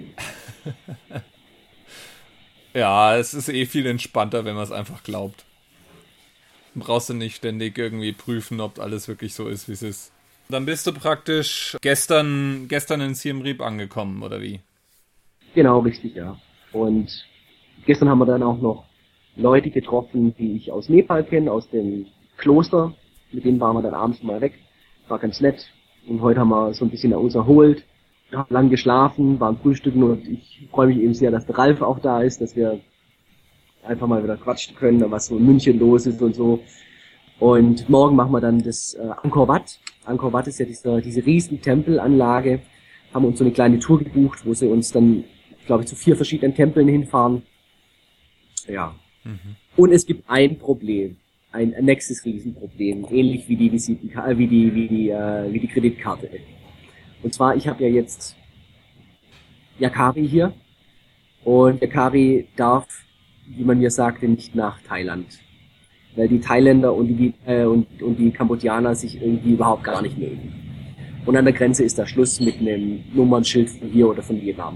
Ja, es ist eh viel entspannter, wenn man es einfach glaubt. Dann brauchst du nicht ständig irgendwie prüfen, ob alles wirklich so ist, wie es ist. Dann bist du praktisch gestern in Siem Reap angekommen, oder wie? Genau, richtig, ja. Und gestern haben wir dann auch noch Leute getroffen, die ich aus Nepal kenne, aus dem Kloster. Mit denen waren wir dann abends mal weg. War ganz nett. Und heute haben wir so ein bisschen uns erholt. Haben lang geschlafen, waren frühstücken und ich freue mich eben sehr, dass der Ralf auch da ist, dass wir einfach mal wieder quatschen können, was so in München los ist und so. Und morgen machen wir dann das Angkor Wat. Angkor Wat ist ja diese riesen Tempelanlage. Haben uns so eine kleine Tour gebucht, wo sie uns dann, glaube ich, zu 4 verschiedenen Tempeln hinfahren. Ja. Und es gibt ein Problem. Ein nächstes Riesenproblem. Ähnlich wie die Visitenkarte, wie die Kreditkarte. Und zwar, ich habe ja jetzt Yakari hier. Und Yakari darf, wie man mir sagte, nicht nach Thailand. Weil die Thailänder und die Kambodjaner sich irgendwie überhaupt gar nicht mögen. Und an der Grenze ist da Schluss mit einem Nummernschild von hier oder von Vietnam.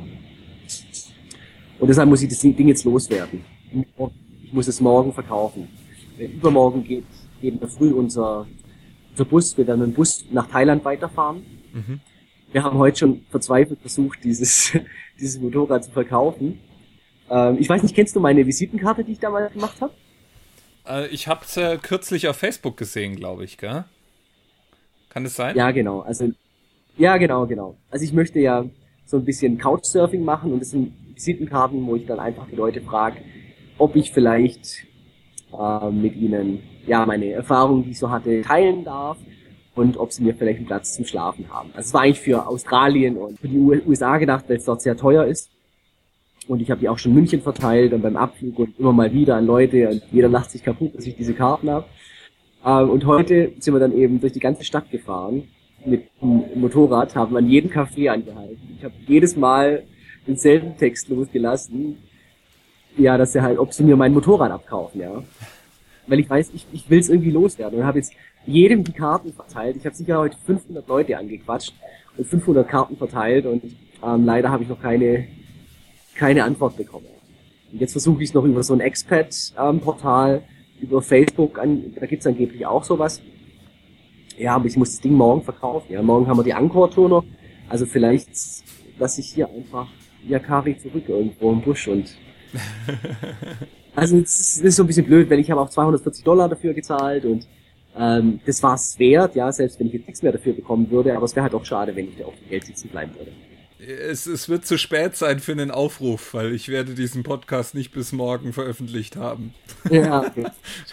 Und deshalb muss ich das Ding jetzt loswerden. Ich muss es morgen verkaufen. Übermorgen geht in der Früh unser Bus, wir werden mit dem Bus nach Thailand weiterfahren. Mhm. Wir haben heute schon verzweifelt versucht, dieses Motorrad zu verkaufen. Ich weiß nicht, kennst du meine Visitenkarte, die ich damals gemacht habe? Ich hab's kürzlich auf Facebook gesehen, glaube ich, gell? Kann es sein? Ja, genau. Also, ja, genau. Also ich möchte ja so ein bisschen Couchsurfing machen und das sind Visitenkarten, wo ich dann einfach die Leute frage, ob ich vielleicht mit ihnen ja meine Erfahrungen, die ich so hatte, teilen darf und ob sie mir vielleicht einen Platz zum Schlafen haben. Also es war eigentlich für Australien und für die USA gedacht, weil es dort sehr teuer ist. Und ich habe die auch schon in München verteilt und beim Abflug und immer mal wieder an Leute und jeder lacht sich kaputt, dass ich diese Karten habe. Und heute sind wir dann eben durch die ganze Stadt gefahren mit dem Motorrad, haben an jedem Café angehalten. Ich habe jedes Mal denselben Text losgelassen, ja, dass sie halt, ob sie mir mein Motorrad abkaufen, ja. Weil ich weiß, ich will es irgendwie loswerden und habe jetzt jedem die Karten verteilt. Ich habe sicher heute 500 Leute angequatscht und 500 Karten verteilt und leider habe ich noch keine Antwort bekommen. Und jetzt versuche ich es noch über so ein Expat-Portal, über Facebook, da gibt's angeblich auch sowas. Ja, aber ich muss das Ding morgen verkaufen. Ja, morgen haben wir die Angkor-Tour noch. Also vielleicht lasse ich hier einfach Yakari zurück irgendwo im Busch und also es ist so ein bisschen blöd, weil ich habe auch $240 dafür gezahlt und das war es wert, ja, selbst wenn ich jetzt nichts mehr dafür bekommen würde, aber es wäre halt auch schade, wenn ich da auf dem Geld sitzen bleiben würde. Es wird zu spät sein für einen Aufruf, weil ich werde diesen Podcast nicht bis morgen veröffentlicht haben. Ja, okay.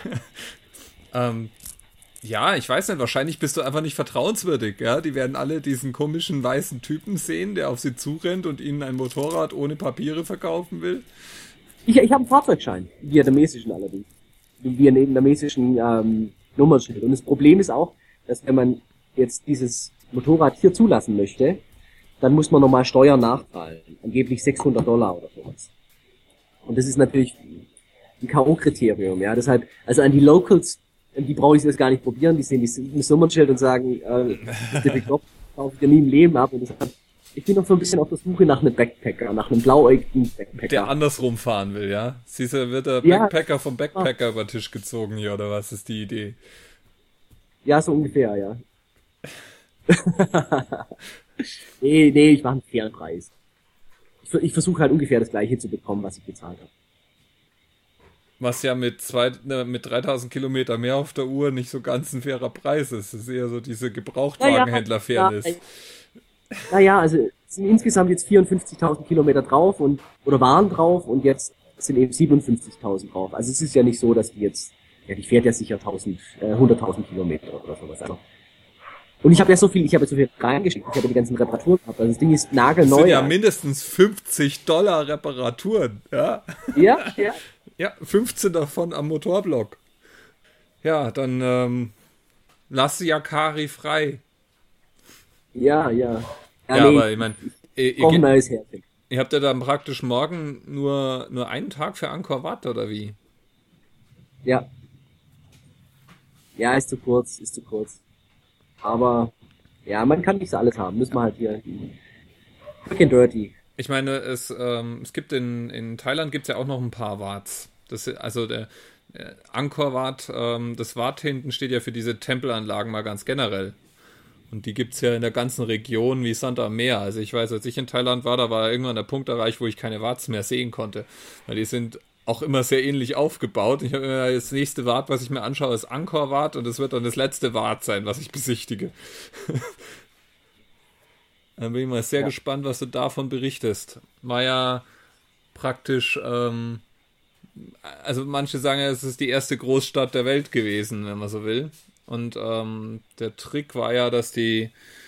Ja, ich weiß nicht, wahrscheinlich bist du einfach nicht vertrauenswürdig, ja? Die werden alle diesen komischen weißen Typen sehen, der auf sie zurennt und ihnen ein Motorrad ohne Papiere verkaufen will. Ich habe einen Fahrzeugschein, vietnamesischen allerdings. Vietnamesischen Nummernschild. Und das Problem ist auch, dass wenn man jetzt dieses Motorrad hier zulassen möchte, dann muss man nochmal Steuern nachzahlen. Angeblich $600 oder sowas. Und das ist natürlich ein K.O.-Kriterium, ja. Deshalb, also an die Locals, die brauche ich jetzt gar nicht probieren, die sehen das Nummernschild und sagen, das kaufe ich dir nie im Leben ab. Und deshalb, ich bin noch so ein bisschen auf der Suche nach einem Backpacker, nach einem blauäugigen Backpacker. Der andersrum fahren will, ja? Siehst du, wird der Backpacker vom Backpacker über den Tisch gezogen hier, oder was ist die Idee? Ja, so ungefähr, ja. Nee, ich mache einen fairen Preis. Ich versuche halt ungefähr das gleiche zu bekommen, was ich bezahlt habe. Was ja mit 3000 Kilometer mehr auf der Uhr nicht so ganz ein fairer Preis ist. Das ist eher so diese Gebrauchtwagenhändler-Fairness. Naja, also es sind insgesamt jetzt 54.000 Kilometer drauf oder waren drauf und jetzt sind eben 57.000 drauf. Also es ist ja nicht so, dass die jetzt, ja, die fährt ja sicher 100.000 Kilometer oder sowas. Also. Und ich habe jetzt so viel reingeschickt. Ich habe die ganzen Reparaturen gehabt. Also das Ding ist nagelneu. Das sind ja mindestens $50 Reparaturen, ja? Ja. Ja, 15 davon am Motorblock. Ja, dann lass Yakari frei. Ja. Ja, aber ich meine, ihr habt ja dann praktisch morgen nur einen Tag für Angkor Wat, oder wie? Ja. Ja, ist zu kurz. Aber ja, man kann nicht alles haben. Müssen wir halt hier quick and dirty. Ich meine, es gibt in Thailand gibt es ja auch noch ein paar Wats. Also der Angkor Wat, das Wat hinten steht ja für diese Tempelanlagen mal ganz generell. Und die gibt es ja in der ganzen Region wie Sand am Meer. Also ich weiß, als ich in Thailand war, da war irgendwann der Punkt erreicht, wo ich keine Wats mehr sehen konnte. Weil die sind auch immer sehr ähnlich aufgebaut. Ich habe mir das nächste Wat, was ich mir anschaue, ist Angkor Wat und das wird dann das letzte Wat sein, was ich besichtige. Dann bin ich mal sehr gespannt, was du davon berichtest. War ja praktisch, also manche sagen ja, es ist die erste Großstadt der Welt gewesen, wenn man so will. Und der Trick war ja, dass die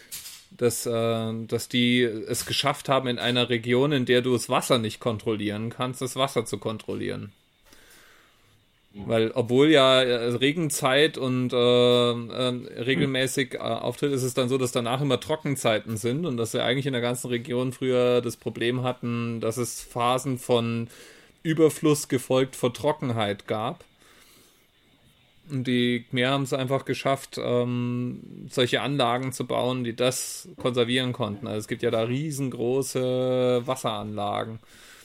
es geschafft haben, in einer Region, in der du das Wasser nicht kontrollieren kannst, das Wasser zu kontrollieren. Weil, obwohl ja Regenzeit und regelmäßig auftritt, ist es dann so, dass danach immer Trockenzeiten sind und dass wir eigentlich in der ganzen Region früher das Problem hatten, dass es Phasen von Überfluss gefolgt von Trockenheit gab. Und die Khmer haben es einfach geschafft, solche Anlagen zu bauen, die das konservieren konnten. Also es gibt ja da riesengroße Wasseranlagen.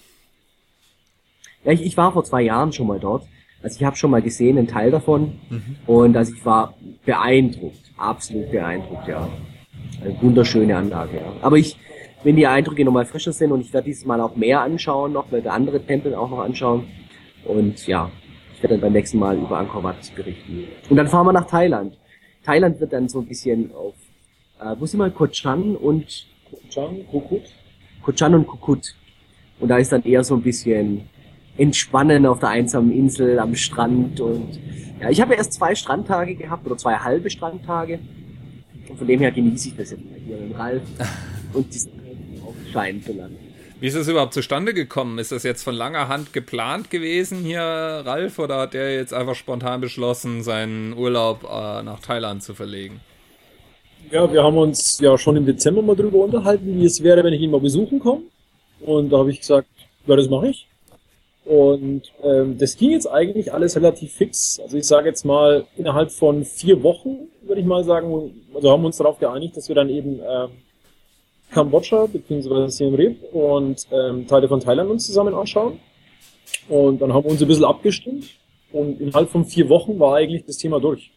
Ja, ich war vor 2 Jahren schon mal dort. Also ich habe schon mal gesehen, einen Teil davon. Und also ich war beeindruckt, absolut beeindruckt, ja. Eine wunderschöne Anlage, ja. Aber wenn die Eindrücke nochmal frischer sind und ich werde dieses Mal auch mehr anschauen noch, werde andere Tempel auch noch anschauen. Und ja, ich werde dann beim nächsten Mal über Angkor Wat berichten. Und dann fahren wir nach Thailand. Thailand wird dann so ein bisschen auf, wo sind wir? Koh Chan und Phuket. Koh Chan und Phuket. Und da ist dann eher so ein bisschen entspannen auf der einsamen Insel am Strand. Und ja, ich habe ja erst 2 Strandtage gehabt oder 2 halbe Strandtage. Und von dem her genieße ich das jetzt mal hier mit Ralf und die auf Schein zu landen. Wie ist das überhaupt zustande gekommen? Ist das jetzt von langer Hand geplant gewesen hier, Ralf, oder hat der jetzt einfach spontan beschlossen, seinen Urlaub nach Thailand zu verlegen? Ja, wir haben uns ja schon im Dezember mal drüber unterhalten, wie es wäre, wenn ich ihn mal besuchen komme. Und da habe ich gesagt, ja, das mache ich. Und das ging jetzt eigentlich alles relativ fix. Also ich sage jetzt mal, innerhalb von 4 Wochen, würde ich mal sagen, also haben wir uns darauf geeinigt, dass wir dann eben Kambodscha bzw. Siem Reap und Teile von Thailand uns zusammen anschauen. Und dann haben wir uns ein bisschen abgestimmt und innerhalb von 4 Wochen war eigentlich das Thema durch.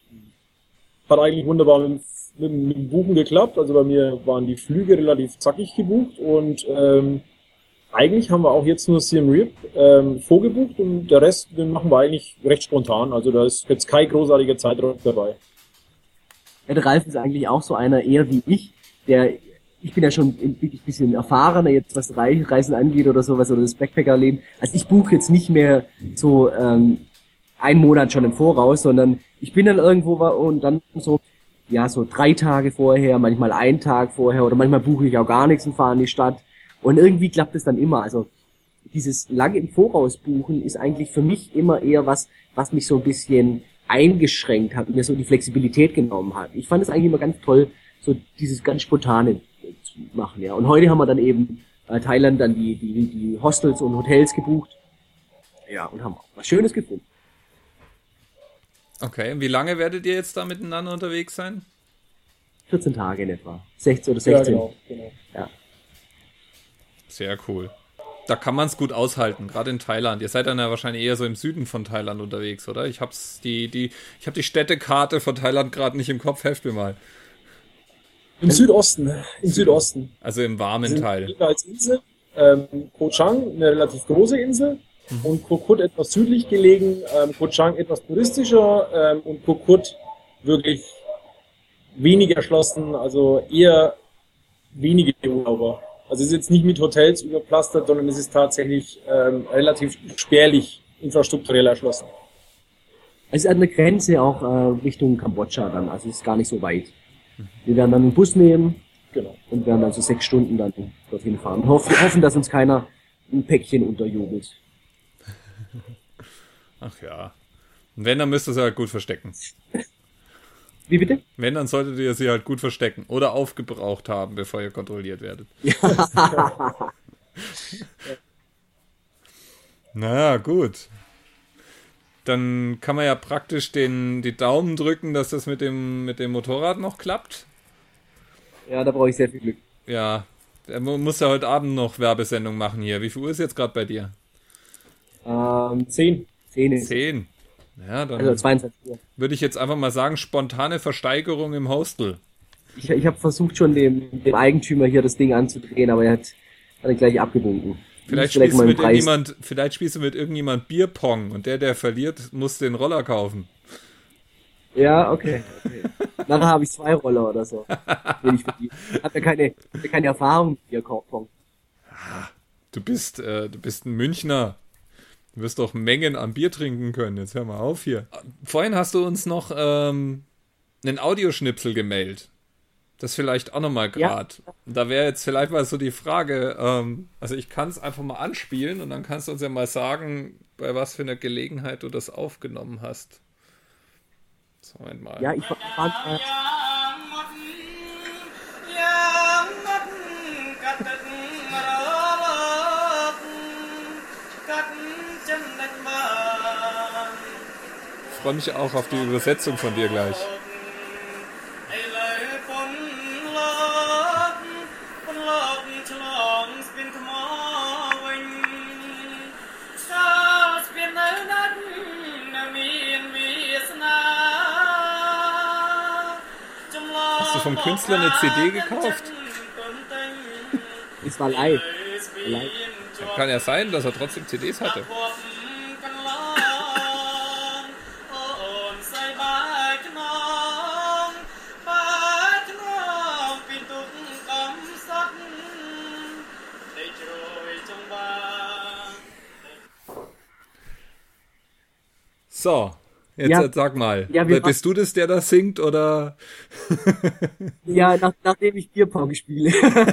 Hat eigentlich wunderbar mit dem Buchen geklappt. Also bei mir waren die Flüge relativ zackig gebucht und eigentlich haben wir auch jetzt nur Siem Reap vorgebucht und der Rest, den machen wir eigentlich recht spontan. Also da ist jetzt kein großartiger Zeitraum dabei. Ja, der Ralf ist eigentlich auch so einer eher wie ich, ich bin ja schon wirklich ein bisschen erfahrener, jetzt was Reisen angeht oder sowas, oder das Backpackerleben. Also ich buche jetzt nicht mehr so einen Monat schon im Voraus, sondern ich bin dann irgendwo und dann so 3 Tage vorher, manchmal 1 Tag vorher oder manchmal buche ich auch gar nichts und fahre in die Stadt. Und irgendwie klappt es dann immer. Also dieses lange im Voraus buchen ist eigentlich für mich immer eher was mich so ein bisschen eingeschränkt hat und mir so die Flexibilität genommen hat. Ich fand es eigentlich immer ganz toll, so dieses ganz spontane zu machen, ja. Und heute haben wir dann eben Thailand dann die Hostels und Hotels gebucht. Ja, und haben auch was Schönes gefunden. Okay, und wie lange werdet ihr jetzt da miteinander unterwegs sein? 14 Tage in etwa. 16 oder 16. Ja, genau. Ja. Sehr cool. Da kann man es gut aushalten, gerade in Thailand. Ihr seid dann ja wahrscheinlich eher so im Süden von Thailand unterwegs, oder? Ich habe die Städtekarte von Thailand gerade nicht im Kopf. Helft mir mal. Im Südosten. Also im warmen Teil. Als Insel. Koh Chang, eine relativ große Insel. Und Phuket etwas südlich gelegen. Koh Chang etwas touristischer. Und Phuket wirklich wenig erschlossen, also eher wenige Urlauber. Also es ist jetzt nicht mit Hotels überpflastert, sondern es ist tatsächlich relativ spärlich infrastrukturell erschlossen. Es ist an der Grenze auch Richtung Kambodscha dann, also es ist gar nicht so weit. Wir werden dann einen Bus nehmen und werden dann so 6 Stunden dann dorthin fahren. Und hoffen, dass uns keiner ein Päckchen unterjubelt. Ach ja. Und wenn, dann müsst ihr sie halt gut verstecken. Wie bitte? Wenn, dann solltet ihr sie halt gut verstecken oder aufgebraucht haben, bevor ihr kontrolliert werdet. Naja, gut. Dann kann man ja praktisch die Daumen drücken, dass das mit dem Motorrad noch klappt. Ja, da brauche ich sehr viel Glück. Ja, er muss ja heute Abend noch Werbesendung machen hier. Wie viel Uhr ist jetzt gerade bei dir? 10. 10 ist 10. Ja, also dann 22 Uhr. würde ich jetzt einfach mal sagen, spontane Versteigerung im Hostel. Ich habe versucht schon dem Eigentümer hier das Ding anzudrehen, aber er hat gleich abgewunken. Vielleicht Vielleicht spielst, mal du im Preis. vielleicht spielst du mit irgendjemand Bierpong und der verliert, muss den Roller kaufen. Ja, okay. Nachher habe ich 2 Roller oder so. Wenn ich verdiene. Ich habe ja keine Erfahrung mit Bierpong. Du bist ein Münchner. Du wirst doch Mengen an Bier trinken können. Jetzt hör mal auf hier. Vorhin hast du uns noch einen Audioschnipsel gemailt. Das vielleicht auch nochmal gerade. Ja. Da wäre jetzt vielleicht mal so die Frage, also ich kann es einfach mal anspielen und dann kannst du uns ja mal sagen, bei was für einer Gelegenheit du das aufgenommen hast. So, Moment mal. Ja, ich fand Ich freue mich auch auf die Übersetzung von dir gleich. Hast du vom Künstler eine CD gekauft? es war live. Ja, kann ja sein, dass er trotzdem CDs hatte. So, jetzt sag mal, Ja, bist du das, der das singt, oder? Ja, nachdem ich Bierpong spiele.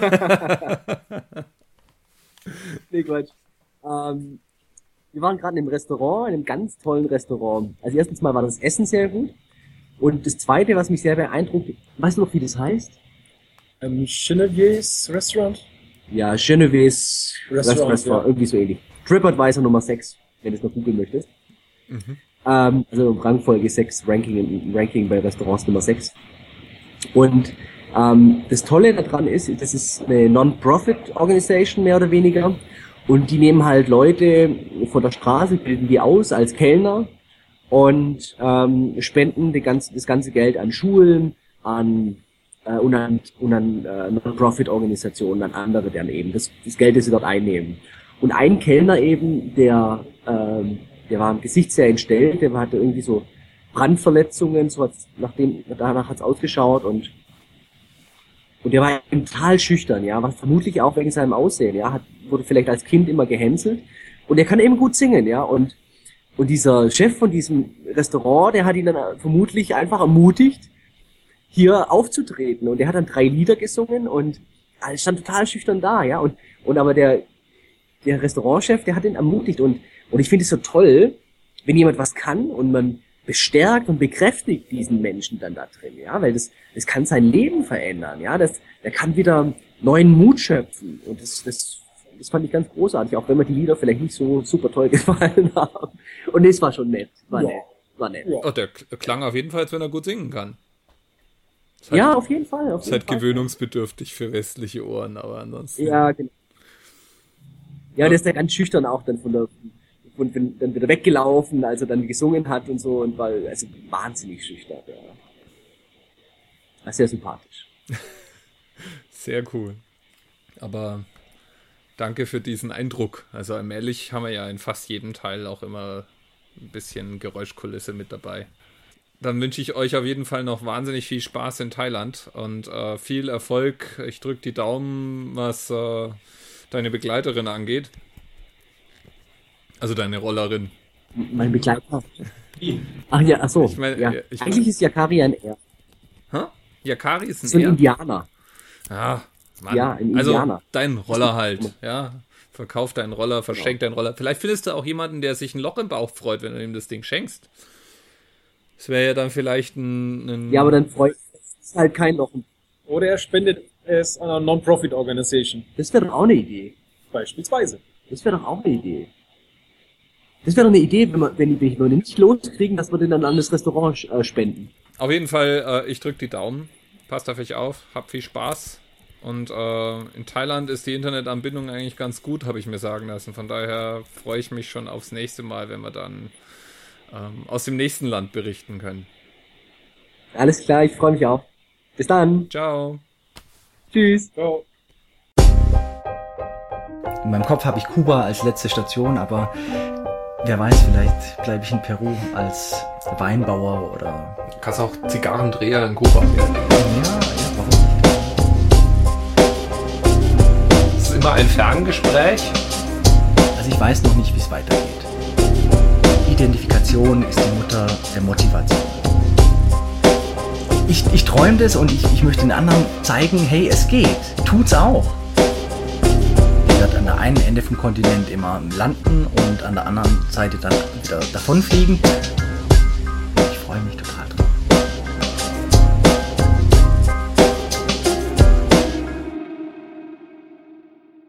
Nee, Quatsch. Wir waren gerade in einem Restaurant, in einem ganz tollen Restaurant. Also erstens mal war das Essen sehr gut. Und das Zweite, was mich sehr beeindruckt, weißt du noch, wie das heißt? Chenevier's Restaurant? Ja, Genovese Restaurant, ja. irgendwie so ähnlich. TripAdvisor Nummer 6, wenn du es noch googeln möchtest. Also Rangfolge 6, Ranking bei Restaurants Nummer 6. Und das Tolle daran ist, das ist eine Non-Profit-Organisation mehr oder weniger. Und die nehmen halt Leute von der Straße, bilden die aus als Kellner und spenden das ganze Geld an Schulen, an Non-Profit-Organisationen, an andere, deren eben das Geld, das sie dort einnehmen. Und ein Kellner eben, der war am Gesicht sehr entstellt, der hatte irgendwie so Brandverletzungen, danach hat's ausgeschaut und der war total schüchtern, ja, war vermutlich auch wegen seinem Aussehen, ja, wurde vielleicht als Kind immer gehänselt und er kann eben gut singen, ja, und dieser Chef von diesem Restaurant, der hat ihn dann vermutlich einfach ermutigt, hier aufzutreten und er hat dann 3 Lieder gesungen und er stand total schüchtern da, ja, und aber der Restaurantchef, der hat ihn ermutigt und ich finde es so toll, wenn jemand was kann und man bestärkt und bekräftigt diesen Menschen dann da drin, ja, weil das kann sein Leben verändern, ja, der kann wieder neuen Mut schöpfen und das fand ich ganz großartig, auch wenn mir die Lieder vielleicht nicht so super toll gefallen haben. Und es war schon nett, war nett. Oh, der klang auf jeden Fall, als wenn er gut singen kann. Ja, auf jeden Fall. Ist halt gewöhnungsbedürftig für westliche Ohren, aber ansonsten. Ja, genau. Ja, der ist ja ganz schüchtern auch dann dann wieder weggelaufen, als er dann gesungen hat und so und war also wahnsinnig schüchtern. Ja. War sehr sympathisch. Sehr cool. Aber danke für diesen Eindruck. Also allmählich haben wir ja in fast jedem Teil auch immer ein bisschen Geräuschkulisse mit dabei. Dann wünsche ich euch auf jeden Fall noch wahnsinnig viel Spaß in Thailand und viel Erfolg. Ich drücke die Daumen, was deine Begleiterin angeht. Also deine Rollerin. Mein Begleiter. Ach ja, ach so. Ich mein, ja. Eigentlich ist Yakari ein R. Hä? Yakari ist So ein ein R? Indianer. Ah, Mann. Ja, ein also Indianer. dein Roller halt, ja. Verkauf deinen Roller, verschenk deinen Roller. Vielleicht findest du auch jemanden, der sich ein Loch im Bauch freut, wenn du ihm das Ding schenkst. Das wäre ja dann vielleicht ein... Ja, aber dann freut es halt kein Loch. Oder er spendet es einer Non-Profit-Organisation. Das wäre doch auch eine Idee. Beispielsweise. Das wäre doch auch eine Idee. Das wäre doch eine Idee, wenn die Leute nicht loskriegen, dass wir den dann an das Restaurant spenden. Auf jeden Fall, ich drücke die Daumen. Passt auf euch auf, habt viel Spaß. Und in Thailand ist die Internetanbindung eigentlich ganz gut, habe ich mir sagen lassen. Von daher freue ich mich schon aufs nächste Mal, wenn wir dann aus dem nächsten Land berichten können. Alles klar, ich freue mich auch. Bis dann. Ciao. Tschüss. Ciao. In meinem Kopf habe ich Kuba als letzte Station, aber wer weiß, vielleicht bleibe ich in Peru als Weinbauer oder... Du kannst auch Zigarrendreher in Kuba werden. Ja, warum nicht? Es ist immer ein Ferngespräch. Also ich weiß noch nicht, wie es weitergeht. Identifikation ist die Mutter der Motivation. Ich träume das und ich möchte den anderen zeigen, hey, es geht. Tut's auch. Ich werde an der einen Ende vom Kontinent immer landen und an der anderen Seite dann wieder davonfliegen. Ich freue mich total drauf.